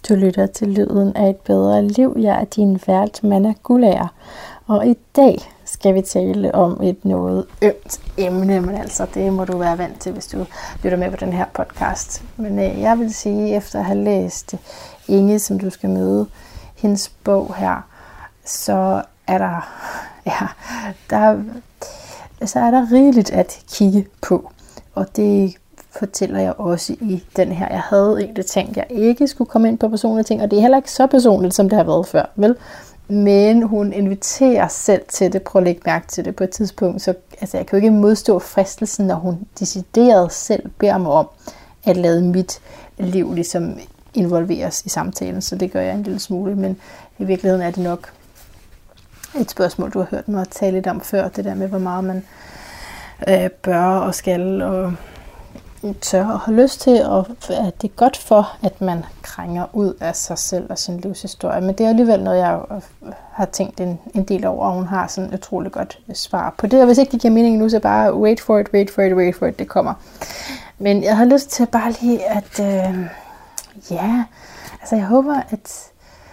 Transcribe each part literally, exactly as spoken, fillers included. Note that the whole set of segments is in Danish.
Du lytter til Lyden af et bedre liv. Jeg er din vært, Manna Guldager. Og i dag skal vi tale om et noget ømt emne, men altså det må du være vant til, hvis du lytter med på den her podcast. Men øh, jeg vil sige, efter at have læst Inge, som du skal møde, hendes bog her, så er der, ja, der, så er der rigeligt at kigge på. Og det fortæller jeg også i den her. Jeg havde egentlig tænkt, at jeg ikke skulle komme ind på personlige ting, og det er heller ikke så personligt, som det har været før, vel? Men hun inviterer selv til det. Prøv at lægge mærke til det på et tidspunkt. Så altså, jeg kan jo ikke modstå fristelsen, når hun decideret selv beder mig om at lade mit liv ligesom involveres i samtalen. Så det gør jeg en lille smule, men i virkeligheden er det nok et spørgsmål, du har hørt mig tale lidt om før. Det der med, hvor meget man øh, bør og skal og tør og har lyst til, og at det er godt for, at man krænger ud af sig selv og sin livshistorie. Men det er alligevel noget, jeg har tænkt en, en del over, og hun har sådan et utroligt godt svar på det. Og hvis ikke det giver mening nu, så bare wait for it, wait for it, wait for it, det kommer. Men jeg har lyst til bare lige at, øh, ja, altså jeg håber, at,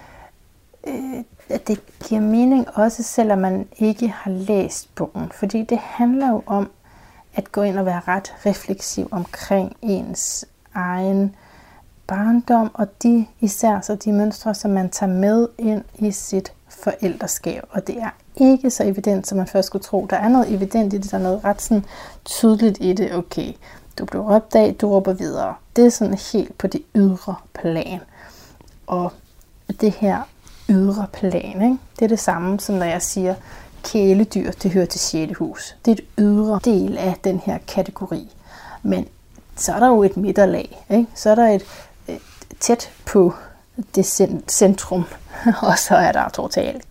øh, at det giver mening også, selvom man ikke har læst bogen. Fordi det handler jo om, at gå ind og være ret refleksiv omkring ens egen barndom, og de, især så de mønstre, som man tager med ind i sit forældreskab. Og det er ikke så evident, som man først skulle tro. Der er noget evident i det, der er noget ret sådan tydeligt i det. Okay, du blev opdaget, du råber videre. Det er sådan helt på det ydre plan. Og det her ydre plan, ikke? Det er det samme, som når jeg siger, kæledyr, det hører til sjette hus. Det er et ydre del af den her kategori. Men så er der jo et midterlag. Ikke? Så er der et, et tæt på det centrum. Og så er der totalt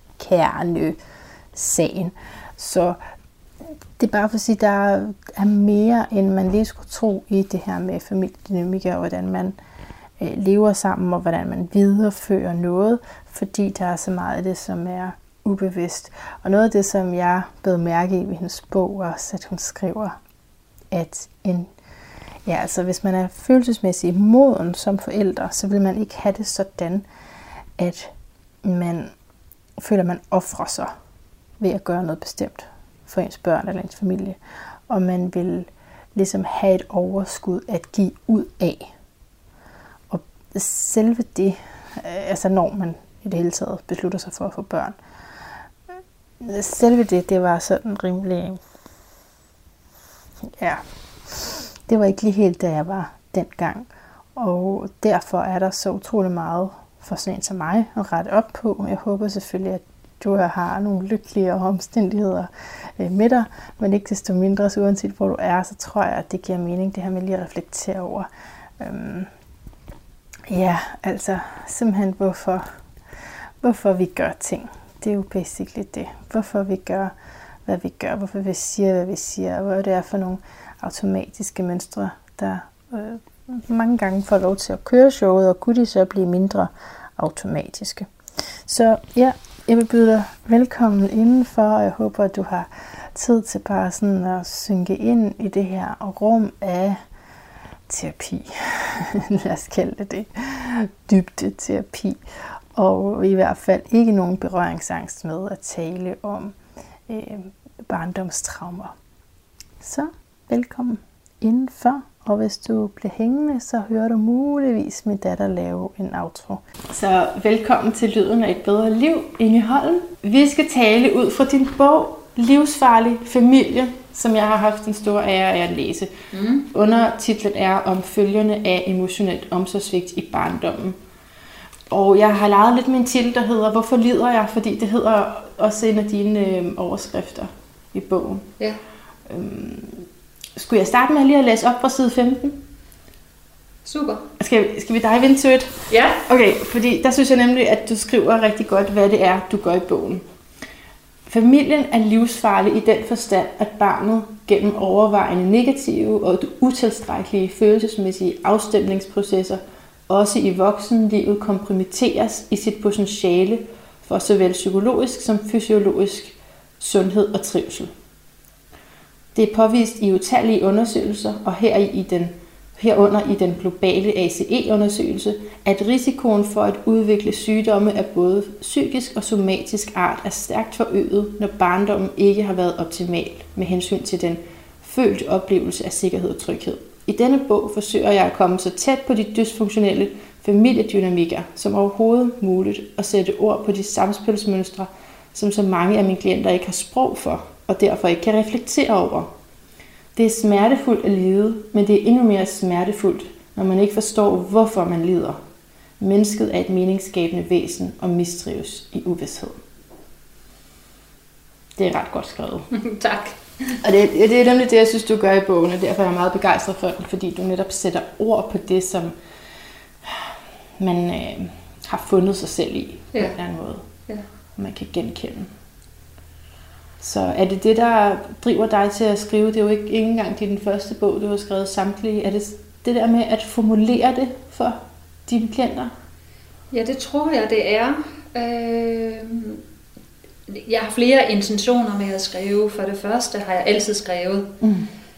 kernesagen. Så det er bare for at sige, at der er mere, end man lige skulle tro i det her med familiedynamik, og hvordan man øh, lever sammen, og hvordan man viderefører noget. Fordi der er så meget af det, som er ubevidst. Og noget af det, som jeg blev mærke i ved hendes bog, også, at hun skriver, at en, ja, altså, hvis man er følelsesmæssigt moden som forælder, så vil man ikke have det sådan, at man føler, at man offrer sig ved at gøre noget bestemt for ens børn eller ens familie. Og man vil ligesom have et overskud at give ud af. Og selve det, altså når man i det hele taget beslutter sig for at få børn, selve det, det var sådan rimelig, ja, det var ikke lige helt, da jeg var dengang. Og derfor er der så utrolig meget for sådan en som mig at rette op på. Jeg håber selvfølgelig, at du har nogle lykkelige omstændigheder med dig, men ikke desto mindre, så uanset hvor du er, så tror jeg, at det giver mening, det her med lige at reflektere over. Øhm, ja, altså simpelthen hvorfor, hvorfor vi gør ting. Det er jo basically det. Hvorfor vi gør, hvad vi gør. Hvorfor vi siger, hvad vi siger. Og hvad det er for nogle automatiske mønstre, der øh, mange gange får lov til at køre showet, og kunne de så blive mindre automatiske. Så ja, jeg vil byde dig velkommen indenfor, og jeg håber, at du har tid til bare sådan at synke ind i det her rum af terapi. Lad os kalde det det. Dybde terapi. Og i hvert fald ikke nogen berøringsangst med at tale om øh, barndomstraumer. Så velkommen indenfor, og hvis du bliver hængende, så hører du muligvis min datter lave en outro. Så velkommen til Lyden af et bedre liv, Inge Holm. Vi skal tale ud fra din bog, Livsfarlig familie, som jeg har haft en stor ære af at læse. Mm. Undertitlen er om følgerne af emotionelt omsorgssvigt i barndommen. Og jeg har lavet lidt med en titel, der hedder Hvorfor lider jeg? Fordi det hedder også en af dine øh, overskrifter i bogen. Ja. Øhm, skulle jeg starte med lige at læse op fra side femten? Super. Skal, skal vi dive into it? Ja. Okay, fordi der synes jeg nemlig, at du skriver rigtig godt, hvad det er, du gør i bogen. Familien er livsfarlig i den forstand, at barnet gennem overvejende negative og utilstrækkelige følelsesmæssige afstemningsprocesser også i voksenlivet kompromitteres i sit potentiale for såvel psykologisk som fysiologisk sundhed og trivsel. Det er påvist i utallige undersøgelser, og her i den herunder i den globale A C E-undersøgelse, at risikoen for at udvikle sygdomme af både psykisk og somatisk art er stærkt forøget, når barndommen ikke har været optimal med hensyn til den følte oplevelse af sikkerhed og tryghed. I denne bog forsøger jeg at komme så tæt på de dysfunktionelle familiedynamikker som overhovedet muligt og sætte ord på de samspilsmønstre, som så mange af mine klienter ikke har sprog for, og derfor ikke kan reflektere over. Det er smertefuldt at lide, men det er endnu mere smertefuldt, når man ikke forstår, hvorfor man lider. Mennesket er et meningsskabende væsen og mistrives i uvished. Det er ret godt skrevet. Tak. Og det, det er nemlig det, jeg synes, du gør i bogen, og derfor er jeg meget begejstret for den, fordi du netop sætter ord på det, som man øh, har fundet sig selv i på ja. en eller anden måde. Ja. Og man kan genkende. Så er det det, der driver dig til at skrive? Det er jo ikke, ikke engang din første bog, du har skrevet samtlige. Er det det der med at formulere det for dine klienter? Ja, det tror jeg, det er. Øh, jeg har flere intentioner med at skrive. For det første har jeg altid skrevet. Mm.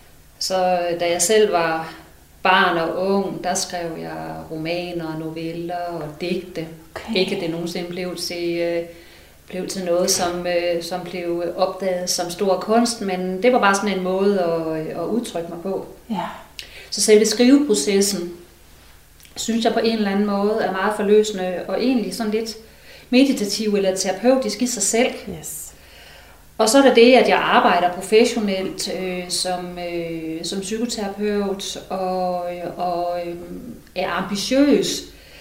Så da jeg selv var barn og ung, der skrev jeg romaner, noveller og digte. Okay. Ikke at det nogensinde blev til... blev til noget, som, øh, som blev opdaget som stor kunst, men det var bare sådan en måde at, at udtrykke mig på. Ja. Så selve skriveprocessen, synes jeg på en eller anden måde er meget forløsende, og egentlig sådan lidt meditativ eller terapeutisk i sig selv. Yes. Og så er der det, at jeg arbejder professionelt øh, som, øh, som psykoterapeut, og, og øh, er ambitiøs,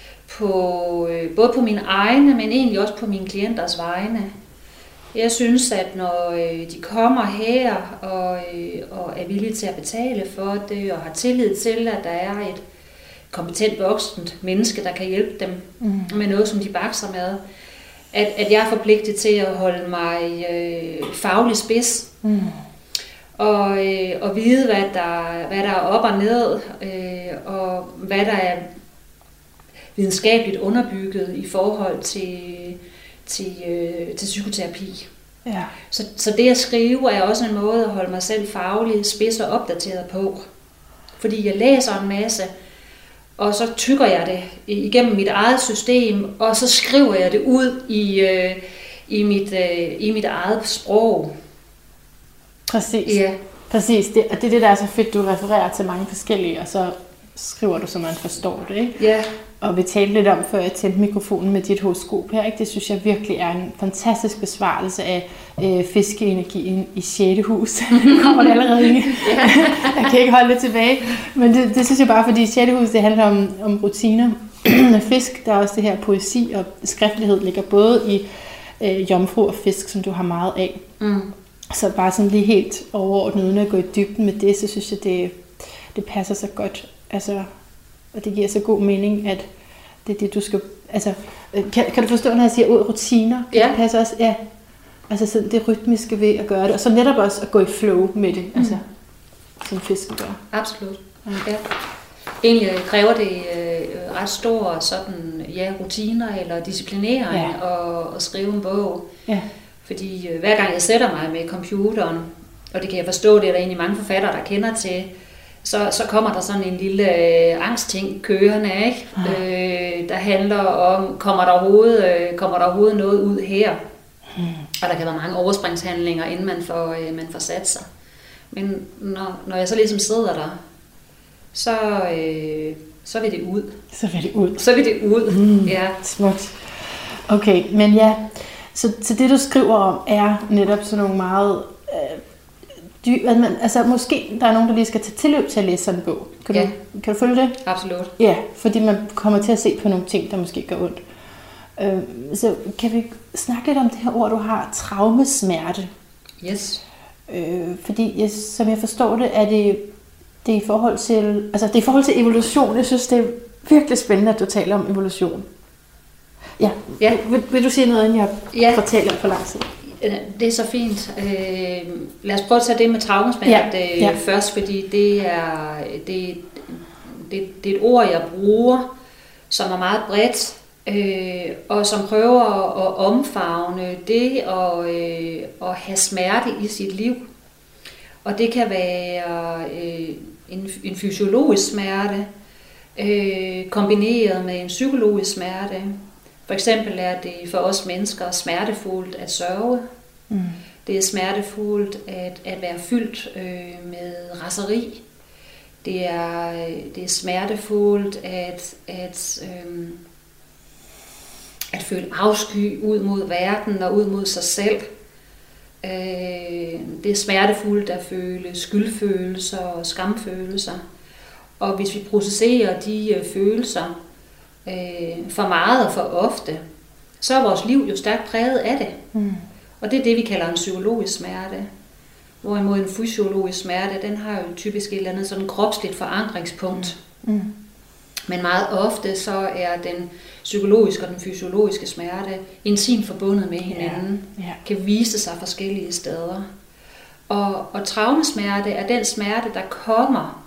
På, både på mine egne, men egentlig også på mine klienters vegne. Jeg synes, at når de kommer her og, og er villige til at betale for det, og har tillid til, at der er et kompetent voksent menneske, der kan hjælpe dem mm. med noget, som de bakser med, at, at jeg er forpligtet til at holde mig øh, faglig spids. Mm. Og, øh, og vide, hvad der, hvad der er op og ned, øh, og hvad der er videnskabeligt underbygget i forhold til, til, øh, til psykoterapi. Ja. Så, så det at skrive er også en måde at holde mig selv fagligt spids og opdateret på. Fordi jeg læser en masse, og så tykker jeg det igennem mit eget system, og så skriver jeg det ud i, øh, i, mit, øh, i mit eget sprog. Præcis. Ja. Præcis. Det, og det er det, der er så fedt, du refererer til mange forskellige, og så skriver du, så man forstår det, ikke? Ja. Og vi talte lidt om, før jeg tændte mikrofonen med dit horoskop her, ikke? Det synes jeg virkelig er en fantastisk besvarelse af øh, fiskeenergien i sjette hus. Nu kommer det allerede ind. Jeg kan ikke holde det tilbage. Men det, det synes jeg bare, fordi sjette hus, det handler om, om rutiner. Fisk, der er også det her poesi og skriftlighed, ligger både i øh, jomfru og fisk, som du har meget af. Mm. Så bare sådan lige helt overordnet, uden at gå i dybden med det, så synes jeg, det, det passer så godt. Altså, og det giver så god mening, at det er det, du skal... Altså, kan, kan du forstå, når jeg siger ud rutiner? Kan ja. Det passe også? Ja. Altså, sådan det rytmiske ved at gøre det. Og så netop også at gå i flow med det, mm. altså, som fisken gør. Absolut. Ja. Ja. Egentlig kræver det øh, ret store sådan, ja, rutiner eller disciplinering ja. at, at skrive en bog. Ja. Fordi øh, hver gang jeg sætter mig med computeren, og det kan jeg forstå, det er der egentlig mange forfattere, der kender til, Så, så kommer der sådan en lille øh, angstting kørende, ikke? Øh, der handler om, kommer der, overhovedet, øh, kommer der overhovedet noget ud her? Hmm. Og der kan være mange overspringshandlinger, inden man får, øh, man får sat sig. Men når, når jeg så ligesom sidder der, så, øh, så vil det ud. Så vil det ud. Så vil det ud, mm, ja. Smukt. Okay, men ja, så, så det du skriver om er netop sådan nogle meget... Øh, dy, at man, altså måske der er nogen, der lige skal tage tilløb til at læse sådan en bog. Kan, ja. du, kan du følge det? Absolut. Ja, fordi man kommer til at se på nogle ting, der måske gør ondt. Øh, så kan vi snakke lidt om det her ord, du har, traumesmerte? Yes. Øh, fordi jeg, som jeg forstår det, er det, det er i forhold til, altså det er i forhold til evolution. Jeg synes, det er virkelig spændende, at du taler om evolution. Ja, ja. Vil, vil du sige noget, inden jeg ja. fortæller om for lang tid? Det er så fint. Øh, lad os prøve at tage det med traumesmerte ja. ja. først, fordi det er, det, det, det er et ord, jeg bruger, som er meget bredt, øh, og som prøver at omfavne det og øh, at have smerte i sit liv. Og det kan være øh, en, en fysiologisk smerte, øh, kombineret med en psykologisk smerte. For eksempel er det for os mennesker smertefuldt at sørge. Mm. Det er smertefuldt at, at være fyldt øh, med raseri. Det er, det er smertefuldt at, at, øh, at føle afsky ud mod verden og ud mod sig selv. Øh, det er smertefuldt at føle skyldfølelser og skamfølelser. Og hvis vi processerer de øh, følelser øh, for meget og for ofte, så er vores liv jo stærkt præget af det. Mm. Og det er det, vi kalder en psykologisk smerte. Hvorimod en fysiologisk smerte, den har jo typisk et eller andet sådan kropsligt forankringspunkt. Mm. Mm. Men meget ofte så er den psykologiske og den fysiologiske smerte intimt forbundet med hinanden. Yeah. Yeah. Kan vise sig forskellige steder. Og, og traumesmerte er den smerte, der kommer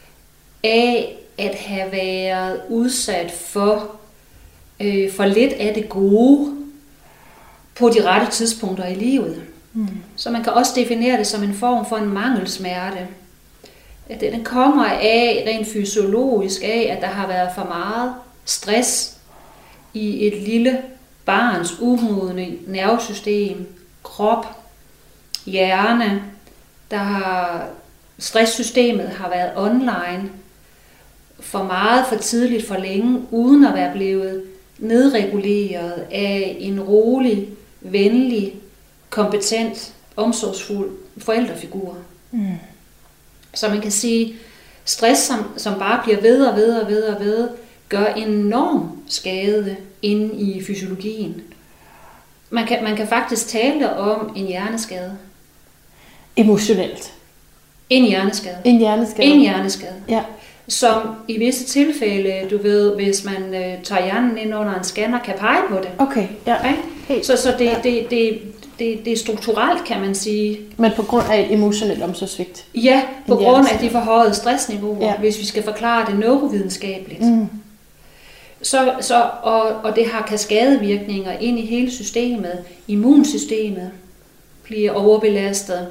af at have været udsat for, øh, for lidt af det gode på de rette tidspunkter i livet. Mm. Så man kan også definere det som en form for en mangelsmerte. Den kommer af, rent fysiologisk, af, at der har været for meget stress i et lille barns umodne nervesystem, krop, hjerne. Der har, stresssystemet har været online for meget, for tidligt, for længe, uden at være blevet nedreguleret af en rolig, venlig, kompetent, omsorgsfuld forældrefigur. Mm. Så man kan sige, stress, som, som bare bliver ved og ved og ved og ved, gør enorm skade inde i fysiologien. Man kan, man kan faktisk tale om en hjerneskade. Emotionelt. En hjerneskade. En hjerneskade. En hjerneskade. Ja. Som i visse tilfælde, du ved, hvis man øh, tager hjernen ind under en scanner, kan pege på det. Okay, ja. Okay? Så, så det, ja. det, det, det, det er strukturelt, kan man sige. Men på grund af et emotionelt omsorgssvigt? Ja, på grund af de forhøjede stressniveauer, ja. Hvis vi skal forklare det neurovidenskabeligt. Mm. Så, så, og, og det har kaskadevirkninger ind i hele systemet. Immunsystemet bliver overbelastet.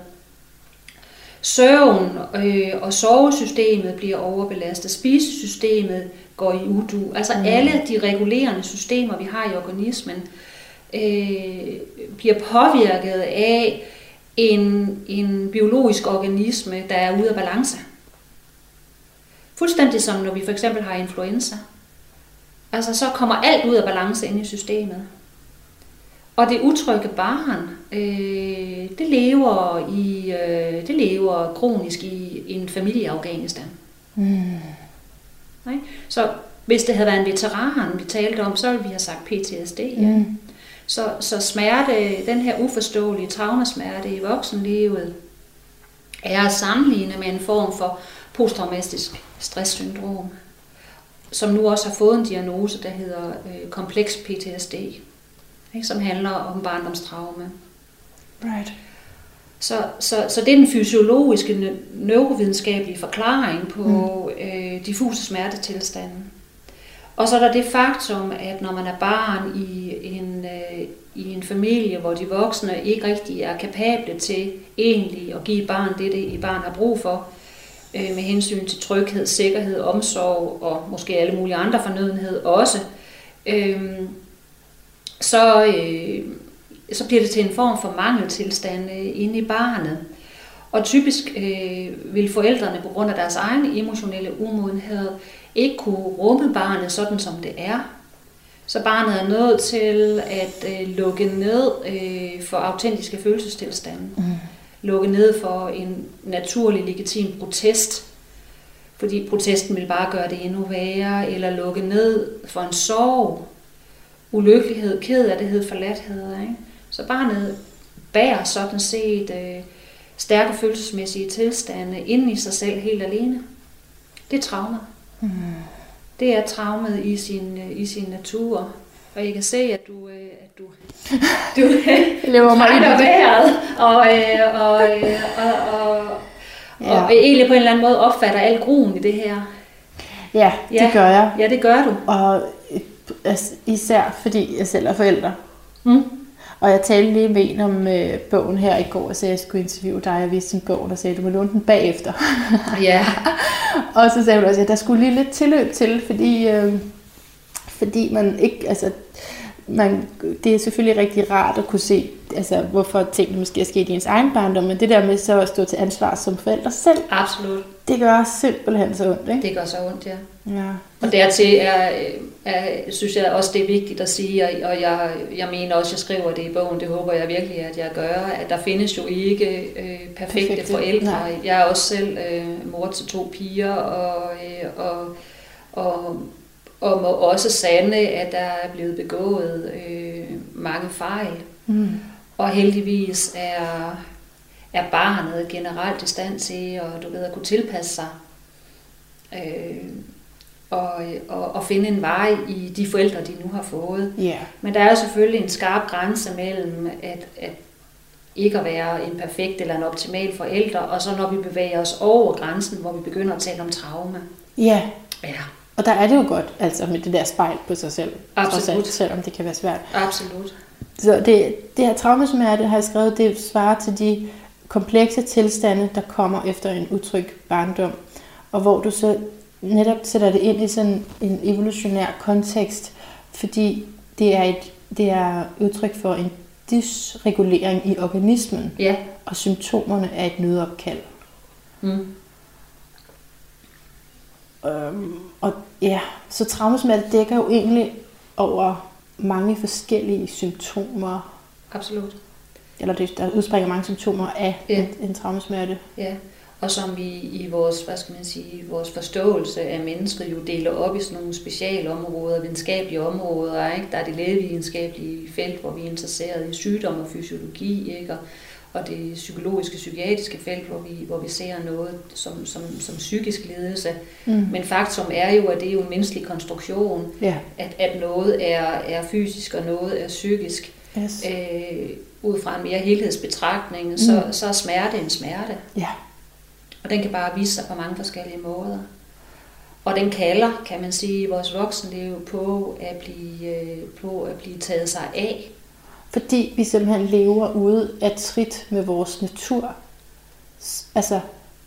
Søvn øh, og sovesystemet bliver overbelastet. Spisesystemet går i udu. Altså mm. alle de regulerende systemer, vi har i organismen, øh, bliver påvirket af en, en biologisk organisme, der er ude af balance. Fuldstændig som når vi for eksempel har influenza. Altså så kommer alt ud af balance ind i systemet. Og det utrygge barn, øh, det, lever i, øh, det lever kronisk i, i en familie i Afghanistan. Mm. Nej? Så hvis det havde været en veteran, vi talte om, så ville vi have sagt P T S D. Ja. Mm. Så, så smerte, den her uforståelige traumasmerte i voksenlivet, er at sammenligne med en form for posttraumatisk stresssyndrom, som nu også har fået en diagnose, der hedder øh, kompleks P T S D. Som handler om barndomstraume. Right. Så, så, så det er den fysiologiske, neurovidenskabelige forklaring på mm. øh, diffuse smertetilstande. Og så er der det faktum, at når man er barn i en, øh, i en familie, hvor de voksne ikke rigtig er kapable til egentlig at give barn det, det barn har brug for, øh, med hensyn til tryghed, sikkerhed, omsorg og måske alle mulige andre fornødenheder også, øh, Så, øh, så bliver det til en form for mangeltilstand øh, inde i barnet. Og typisk øh, vil forældrene på grund af deres egen emotionelle umodenhed ikke kunne rumme barnet sådan, som det er. Så barnet er nødt til at øh, lukke ned øh, for autentiske følelsestilstande. Mm. Lukke ned for en naturlig, legitim protest. Fordi protesten vil bare gøre det endnu værre. Eller lukke ned for en sorg. Ulykkelighed, kederlighed, forladthed. Ikke? Så barnet bærer sådan set øh, stærke følelsesmæssige tilstande inde i sig selv helt alene. Det er traumet. Mm. Det er traumet i sin, øh, i sin natur. Og jeg kan se, at du, øh, at du, du lever mig trækker vejret og, øh, og, øh, og, og, ja. og egentlig på en eller anden måde opfatter al gruen i det her. Ja, det ja. gør jeg. Ja, det gør du. Og især fordi jeg selv er forælder. Mm. Og jeg talte lige med en om øh, bogen her i går, og sagde, at jeg skulle interviewe dig, og viste sin bog, og sagde, at du må låne den bagefter. Ja. Og så sagde hun også, at der skulle lige lidt tilløb til, fordi, øh, fordi man ikke, altså, man, det er selvfølgelig rigtig rart at kunne se, altså, hvorfor tingene måske er sket i ens egen barndom, men det der med så at stå til ansvar som forældre selv, Absolut. Det gør simpelthen så ondt, ikke? Det gør så ondt, ja. Ja. Og dertil er, er, synes jeg også, det er vigtigt at sige, og jeg, jeg mener også, jeg skriver det i bogen, det håber jeg virkelig, at jeg gør, at der findes jo ikke øh, perfekte, perfekte forældre. Nej. Jeg er også selv øh, mor til to piger, og, øh, og, og, og må også sande, at der er blevet begået øh, mange fejl. Mm. Og heldigvis er, er barnet generelt i stand til at, du ved, at kunne tilpasse sig. Øh, Og, og, og finde en vej i de forældre, de nu har fået. Yeah. Men der er selvfølgelig en skarp grænse mellem at, at ikke at være en perfekt eller en optimal forælder, og så når vi bevæger os over grænsen, hvor vi begynder at tale om traume. Yeah. Ja. Og der er det jo godt, altså med det der spejl på sig selv. Absolut. Selv, selvom det kan være svært. Absolut. Så det, det her traumesmerte, har jeg skrevet, det svarer til de komplekse tilstande, der kommer efter en utryg barndom, og hvor du så netop sætter det ind i sådan en evolutionær kontekst, fordi det er et det er udtryk for en dysregulering i organismen, ja. Og symptomerne er et nødopkald. Mm. Øhm, og ja, så traumesmerte dækker jo egentlig over mange forskellige symptomer. Absolut. Eller det, der udspringer mange symptomer af ja. en, en traumesmerte. Ja. Og som vi i vores, hvad skal man sige, vores forståelse af mennesket jo deler op i sådan nogle specialområder, videnskabelige områder, ikke? Der er det lægevidenskabelige felt, hvor vi er interesseret i sygdom og fysiologi, ikke? Og, og det psykologiske, psykiatriske felt, hvor vi, hvor vi ser noget som, som, som psykisk lidelse. Mm. Men faktum er jo, at det er jo en menneskelig konstruktion, yeah. at, at noget er, er fysisk og noget er psykisk. Yes. Øh, ud fra en mere helhedsbetragtning, mm. så, så er smerte en smerte. Yeah. Og den kan bare vise sig på mange forskellige måder. Og den kalder, kan man sige, vores voksenliv på at blive, på at blive taget sig af. Fordi vi simpelthen lever ude af trit med vores natur. Altså,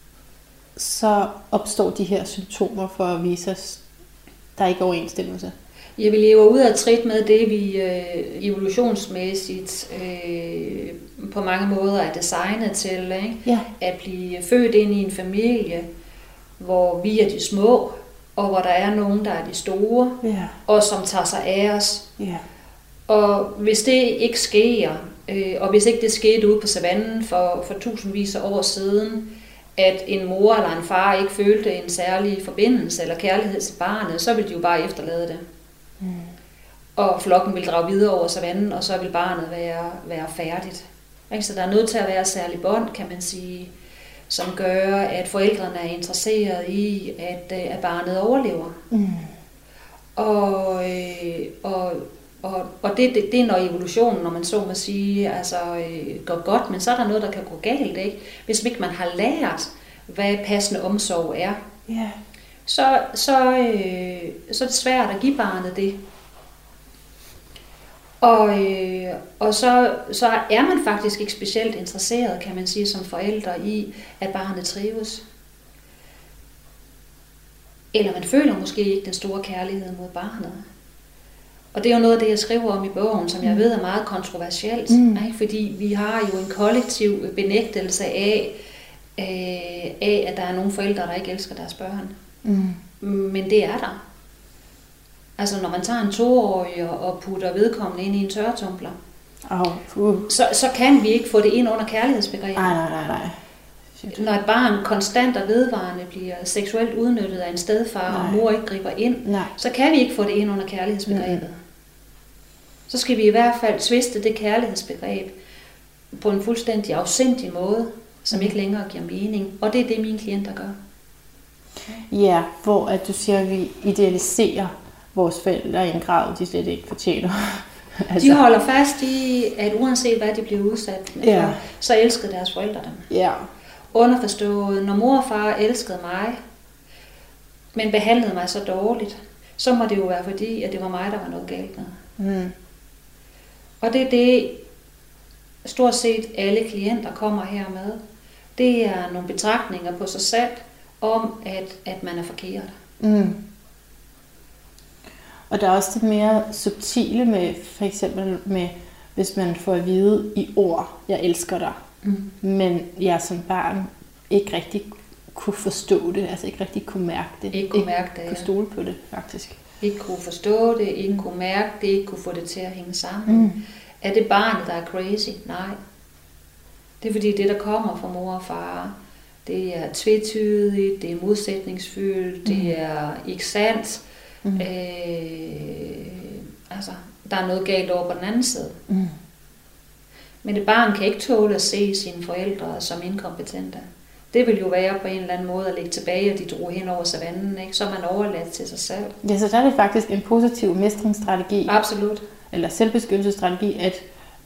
så opstår de her symptomer for at vise os, der er ikke overensstemmelse. Ja, vi lever ude af trit med det, vi øh, evolutionsmæssigt øh, på mange måder er designet til. Ikke? Ja. At blive født ind i en familie, hvor vi er de små, og hvor der er nogen, der er de store, ja. Og som tager sig af os. Ja. Og hvis det ikke sker, øh, og hvis ikke det skete ude på savannen for, for tusindvis af år siden, at en mor eller en far ikke følte en særlig forbindelse eller kærlighed til barnet, så ville de jo bare efterlade det. Mm. Og flokken vil drage videre over savannen, og så vil barnet være, være færdigt. Så der er nødt til at være særlig bånd, kan man sige, som gør, at forældrene er interesseret i, at, at barnet overlever. Mm. Og, og, og, og det, det, det er når evolutionen, når man så må sige, altså, går godt, men så er der noget, der kan gå galt, ikke? Hvis ikke man har lært, hvad passende omsorg er. Yeah. Så, så, øh, så er det svært at give barnet det. Og, øh, og så, så er man faktisk ikke specielt interesseret, kan man sige, som forældre i, at barnet trives. Eller man føler måske ikke den store kærlighed mod barnet. Og det er jo noget af det, jeg skriver om i bogen, som jeg ved er meget kontroversielt. Mm. Ikke? Fordi vi har jo en kollektiv benægtelse af, øh, af, at der er nogle forældre, der ikke elsker deres børn. Mm. Men det er der. Altså når man tager en toårig og putter vedkommende ind i en tørretumbler, oh, uh. så, så kan vi ikke få det ind under kærlighedsbegrebet. Nej, nej, nej, nej. Når et barn konstant og vedvarende bliver seksuelt udnyttet af en stedfar, nej. Og mor ikke griber ind, nej. Så kan vi ikke få det ind under kærlighedsbegrebet. Mm. Så skal vi i hvert fald tviste det kærlighedsbegreb på en fuldstændig afsindig måde, som ikke længere giver mening. Og det er det, mine klienter gør. Ja, hvor at du siger, at vi idealiserer vores forældre i en grad, de slet ikke fortjener. Altså. De holder fast i, at uanset hvad de bliver udsat for, ja. Så elskede deres forældre dem. Ja. Underforstået, når mor og far elskede mig, men behandlede mig så dårligt, så må det jo være fordi, at det var mig, der var noget galt med. Mm. Og det er det, stort set alle klienter kommer her med. Det er nogle betragtninger på sig selv, om, at, at man er forkert. Mm. Og der er også det mere subtile med, for eksempel med, hvis man får at vide i ord, jeg elsker dig, mm. men jeg som barn ikke rigtig kunne forstå det, altså ikke rigtig kunne mærke det. Ikke kunne mærke det, ikke kunne stole på det, faktisk. Ikke kunne forstå det, ikke kunne mærke det, ikke kunne få det til at hænge sammen. Mm. Er det barnet, der er crazy? Nej. Det er fordi det, der kommer fra mor og far, det er tvetydigt, det er modsætningsfyldt, mm. det er ikke sandt. Mm. Øh, altså, der er noget galt over på den anden side. Mm. Men et barn kan ikke tåle at se sine forældre som inkompetente. Det vil jo være på en eller anden måde at lægge tilbage, at de drog hen over savannen, ikke? Så er man overladt til sig selv. Ja, så der er det faktisk en positiv mestringsstrategi. Absolut. Eller selvbeskyttelsesstrategi, at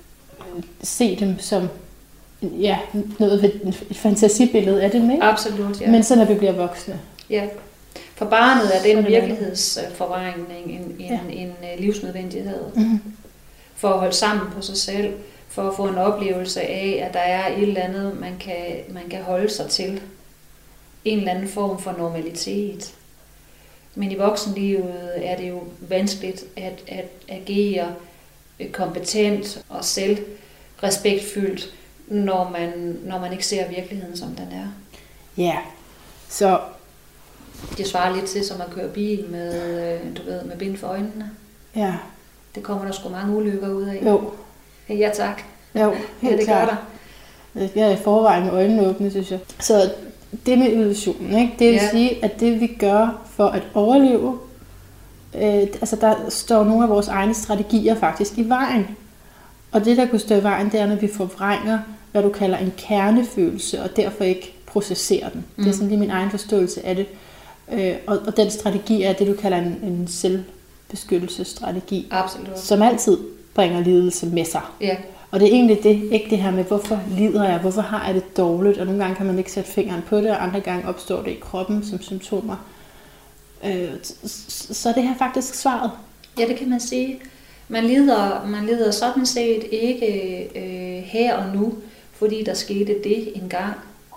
se dem som ja, noget, et fantasibillede af dem, ikke? Absolut, ja. Men så når vi bliver voksne. Ja. For barnet er det en virkelighedsforvrængning, en, en, ja. en, en livsnødvendighed. Mm-hmm. For at holde sammen på sig selv, for at få en oplevelse af, at der er et eller andet, man kan, man kan holde sig til. En eller anden form for normalitet. Men i voksenlivet er det jo vanskeligt at, at agere kompetent og selvrespektfyldt, når man, når man ikke ser virkeligheden, som den er. Ja, så... Det svarer lidt til, som at køre bil med, du ved, med bind for øjnene. Ja. Det kommer der sgu mange ulykker ud af. Jo. Ja, tak. Jo, helt ja, det klart. gør der. Jeg er i forvejen med øjnene åbne, synes jeg. Så det med illusionen, ikke? Det vil ja. sige, at det vi gør for at overleve, øh, altså der står nogle af vores egne strategier faktisk i vejen. Og det, der kunne stå i vejen, det er, når vi forvrænger, hvad du kalder en kernefølelse, og derfor ikke processerer den. Mm. Det er sådan lige min egen forståelse af det. Øh, og, og den strategi er det, du kalder en, en selvbeskyttelsesstrategi. Absolut. Som altid bringer lidelse med sig. Ja. Og det er egentlig det, ikke det her med, hvorfor lider jeg, hvorfor har jeg det dårligt, og nogle gange kan man ikke sætte fingeren på det, og andre gange opstår det i kroppen som symptomer. Øh, så er det her faktisk svaret. Ja, det kan man sige. Man lider, man lider sådan set ikke øh, her og nu, fordi der skete det engang.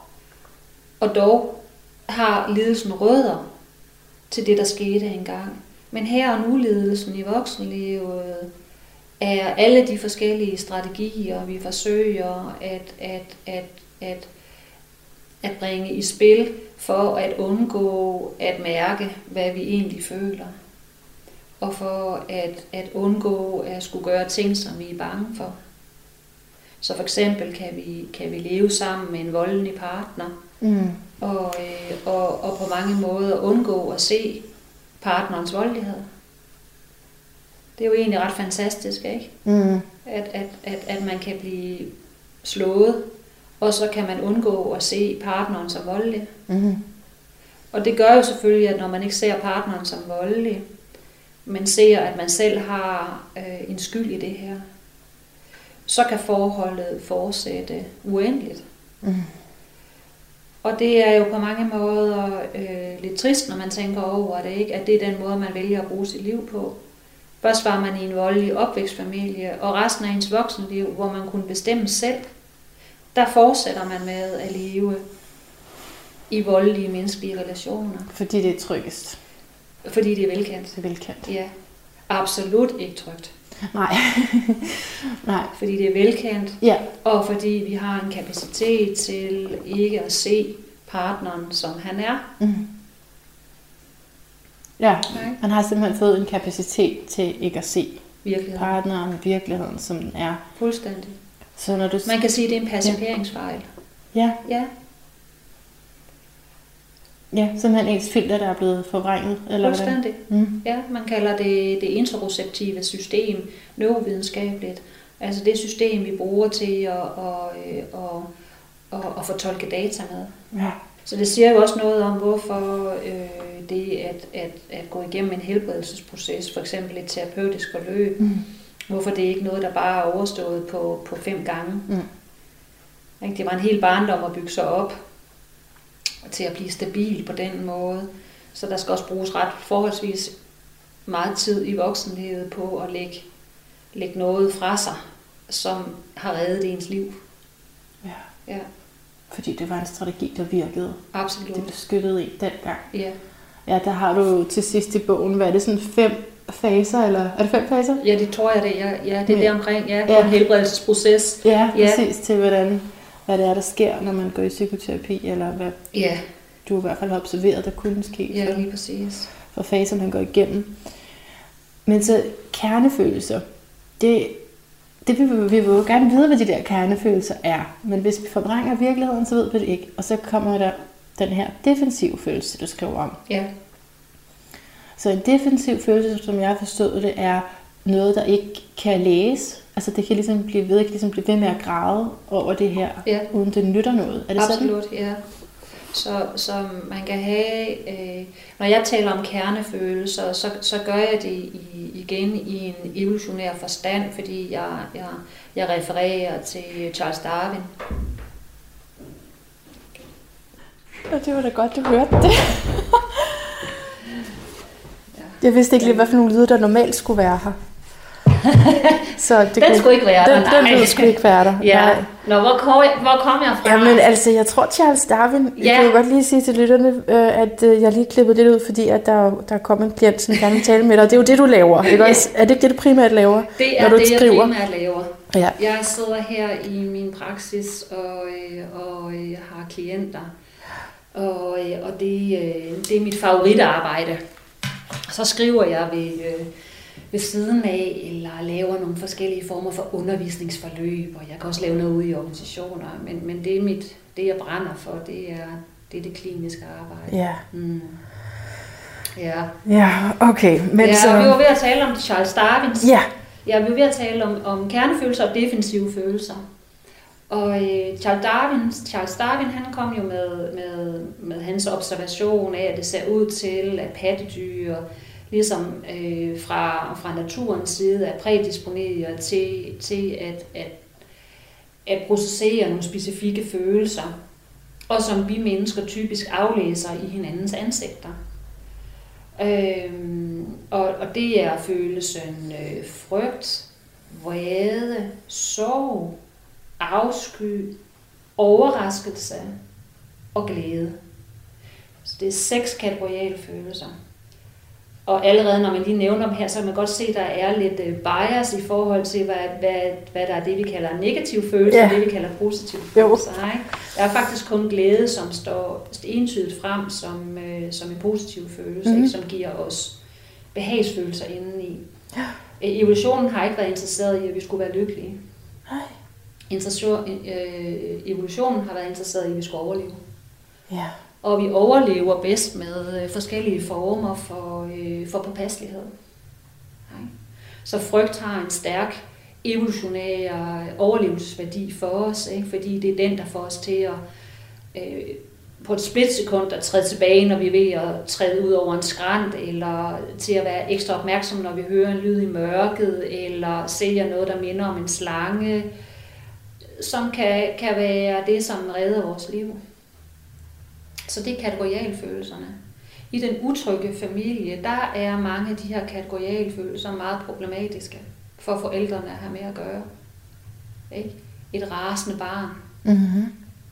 Og dog har lidelsen rødder til det, der skete engang. Men her og nu lidelsen i voksenlivet er alle de forskellige strategier, vi forsøger at, at, at, at, at bringe i spil for at undgå at mærke, hvad vi egentlig føler. Og for at, at undgå at skulle gøre ting, som vi er bange for. Så for eksempel kan vi, kan vi leve sammen med en voldelig partner, mm. og, øh, og, og på mange måder undgå at se partnerens voldelighed. Det er jo egentlig ret fantastisk, ikke? Mm. At, at, at, at man kan blive slået, og så kan man undgå at se partneren som voldelig. Mm. Og det gør jo selvfølgelig, at når man ikke ser partneren som voldelig, men ser, at man selv har øh, en skyld i det her, så kan forholdet fortsætte uendeligt. Mm. Og det er jo på mange måder øh, lidt trist, når man tænker over det, ikke? At det er den måde, man vælger at bruge sit liv på. Først var man i en voldelig opvækstfamilie, og resten af ens voksenliv, hvor man kunne bestemme selv, der fortsætter man med at leve i voldelige menneskelige relationer. Fordi det er tryggest. Fordi det er velkendt. Det er velkendt. Ja, absolut ikke trygt. Nej. Nej. Fordi det er velkendt, ja. Og fordi vi har en kapacitet til ikke at se partneren, som han er. Mm. Ja, okay. Man har simpelthen fået en kapacitet til ikke at se virkeligheden. Partneren, virkeligheden, som den er. Fuldstændig. Så når du... Man kan sige, at det er en perciperingsfejl. Ja. Ja. Ja, simpelthen ens filter, der er blevet forvrænget. Eller fuldstændig. Mm. Ja, man kalder det det interoceptive system, neurovidenskabeligt. Altså det system, vi bruger til at, at, at, at, at fortolke data med. Ja. Så det siger jo også noget om, hvorfor øh, det at, at, at gå igennem en helbredelsesproces, for eksempel et terapeutisk forløb, mm. hvorfor det er ikke noget, der bare er overstået på, på fem gange. Mm. Det var en hel barndom at bygge sig op til at blive stabil på den måde. Så der skal også bruges ret forholdsvis meget tid i voksenlivet på at lægge, lægge noget fra sig, som har reddet ens liv. Ja. Ja. fordi det var en strategi, der virkede. Absolut. Det beskyttede en dengang. Ja. Ja, der har du til sidst i bogen, hvad er det, sådan fem faser, eller er det fem faser? Ja, det tror jeg det. Ja, ja det er ja. der omkring, ja, ja. en helbredelsesproces. Ja, ja, præcis til, hvordan, hvad det er, der sker, når man går i psykoterapi, eller hvad ja. du i hvert fald har observeret, der kunne ske. Ja, for, lige præcis. For faser, man går igennem. Men så kernefølelser, det, det vil vi, vi vil jo gerne vide, hvad de der kernefølelser er. Men hvis vi forvrænger virkeligheden, så ved vi det ikke. Og så kommer der den her defensive følelse, du skriver om. Ja. Så en defensiv følelse, som jeg har forstået det, er noget, der ikke kan læse. Altså det kan ligesom blive ved, kan ligesom blive ved med at græde over det her, ja. uden det nytter noget. Er det Absolut, sådan? ja. Så, så man kan have, øh, når jeg taler om kernefølelser, så, så gør jeg det i, igen i en evolutionær forstand, fordi jeg, jeg, jeg refererer til Charles Darwin. Og det var da godt, du hørte det. Jeg vidste ikke lige, hvad for nogle lyde, der normalt skulle være her. Så det den kunne, skulle ikke være den, der. Den lyd skulle ikke være der. Ja. Nå, hvor kom, jeg, hvor kom jeg fra? Jamen altså, jeg tror Charles Darwin, ja. Jeg kan jo godt lige sige til lytterne, at jeg lige klippede lidt ud, fordi at der, der kom en klient, som gerne vil tale med dig. Og det er jo det, du laver, ikke også? Er det ikke det, du primært laver? Det er når du det, skriver? jeg primært laver. Ja. Jeg sidder her i min praksis og, og har klienter. Og, og det, det er mit favoritarbejde. Så skriver jeg ved, ved siden af, eller laver nogle forskellige former for undervisningsforløb, og jeg kan også lave noget ude i organisationer, men, men det er mit, det jeg brænder for, det er det, er det kliniske arbejde. Ja. Mm. Ja. Ja, okay. Men ja, så... vi var ved at tale om Charles Darwins. Ja. Ja, vi var ved at tale om, om kernefølelser og defensive følelser. Og øh, Charles Darwin, Charles Darwin, han kom jo med, med, med hans observation af, at det ser ud til, at pattedyr ligesom øh, fra, fra naturens side er prædisponeret til, til at, at, at processere nogle specifikke følelser, og som vi mennesker typisk aflæser i hinandens ansigter. Øhm, og, og det er følelsen øh, frygt, vrede, sorg, afsky, overraskelse og glæde. Så det er seks kategoriale følelser. Og allerede når man lige nævner dem her, så kan man godt se, at der er lidt bias i forhold til, hvad, hvad, hvad der er det, vi kalder negative følelser, ja. Og det, vi kalder positive følelser. Nej? Der er faktisk kun glæde, som står entydigt frem som, øh, som en positiv følelse, mm-hmm. ikke, som giver os behagsfølelser indeni. Ja. Evolutionen har ikke været interesseret i, at vi skulle være lykkelige. Nej. Evolutionen har været interesseret i, at vi skulle overleve. Ja. Og vi overlever bedst med forskellige former for, øh, for påpasselighed. Nej. Så frygt har en stærk evolutionær overlevelsesværdi for os, ikke? Fordi det er den, der får os til at øh, på et splitsekund at træde tilbage, når vi er ved at træde ud over en skrant, eller til at være ekstra opmærksom, når vi hører en lyd i mørket, eller ser noget, der minder om en slange, som kan, kan være det, som redder vores liv. Så det er kategorialfølelserne. I den utrygge familie, der er mange af de her kategorialfølelser meget problematiske for forældrene at have med at gøre. Ikke? Et rasende barn. Mm-hmm.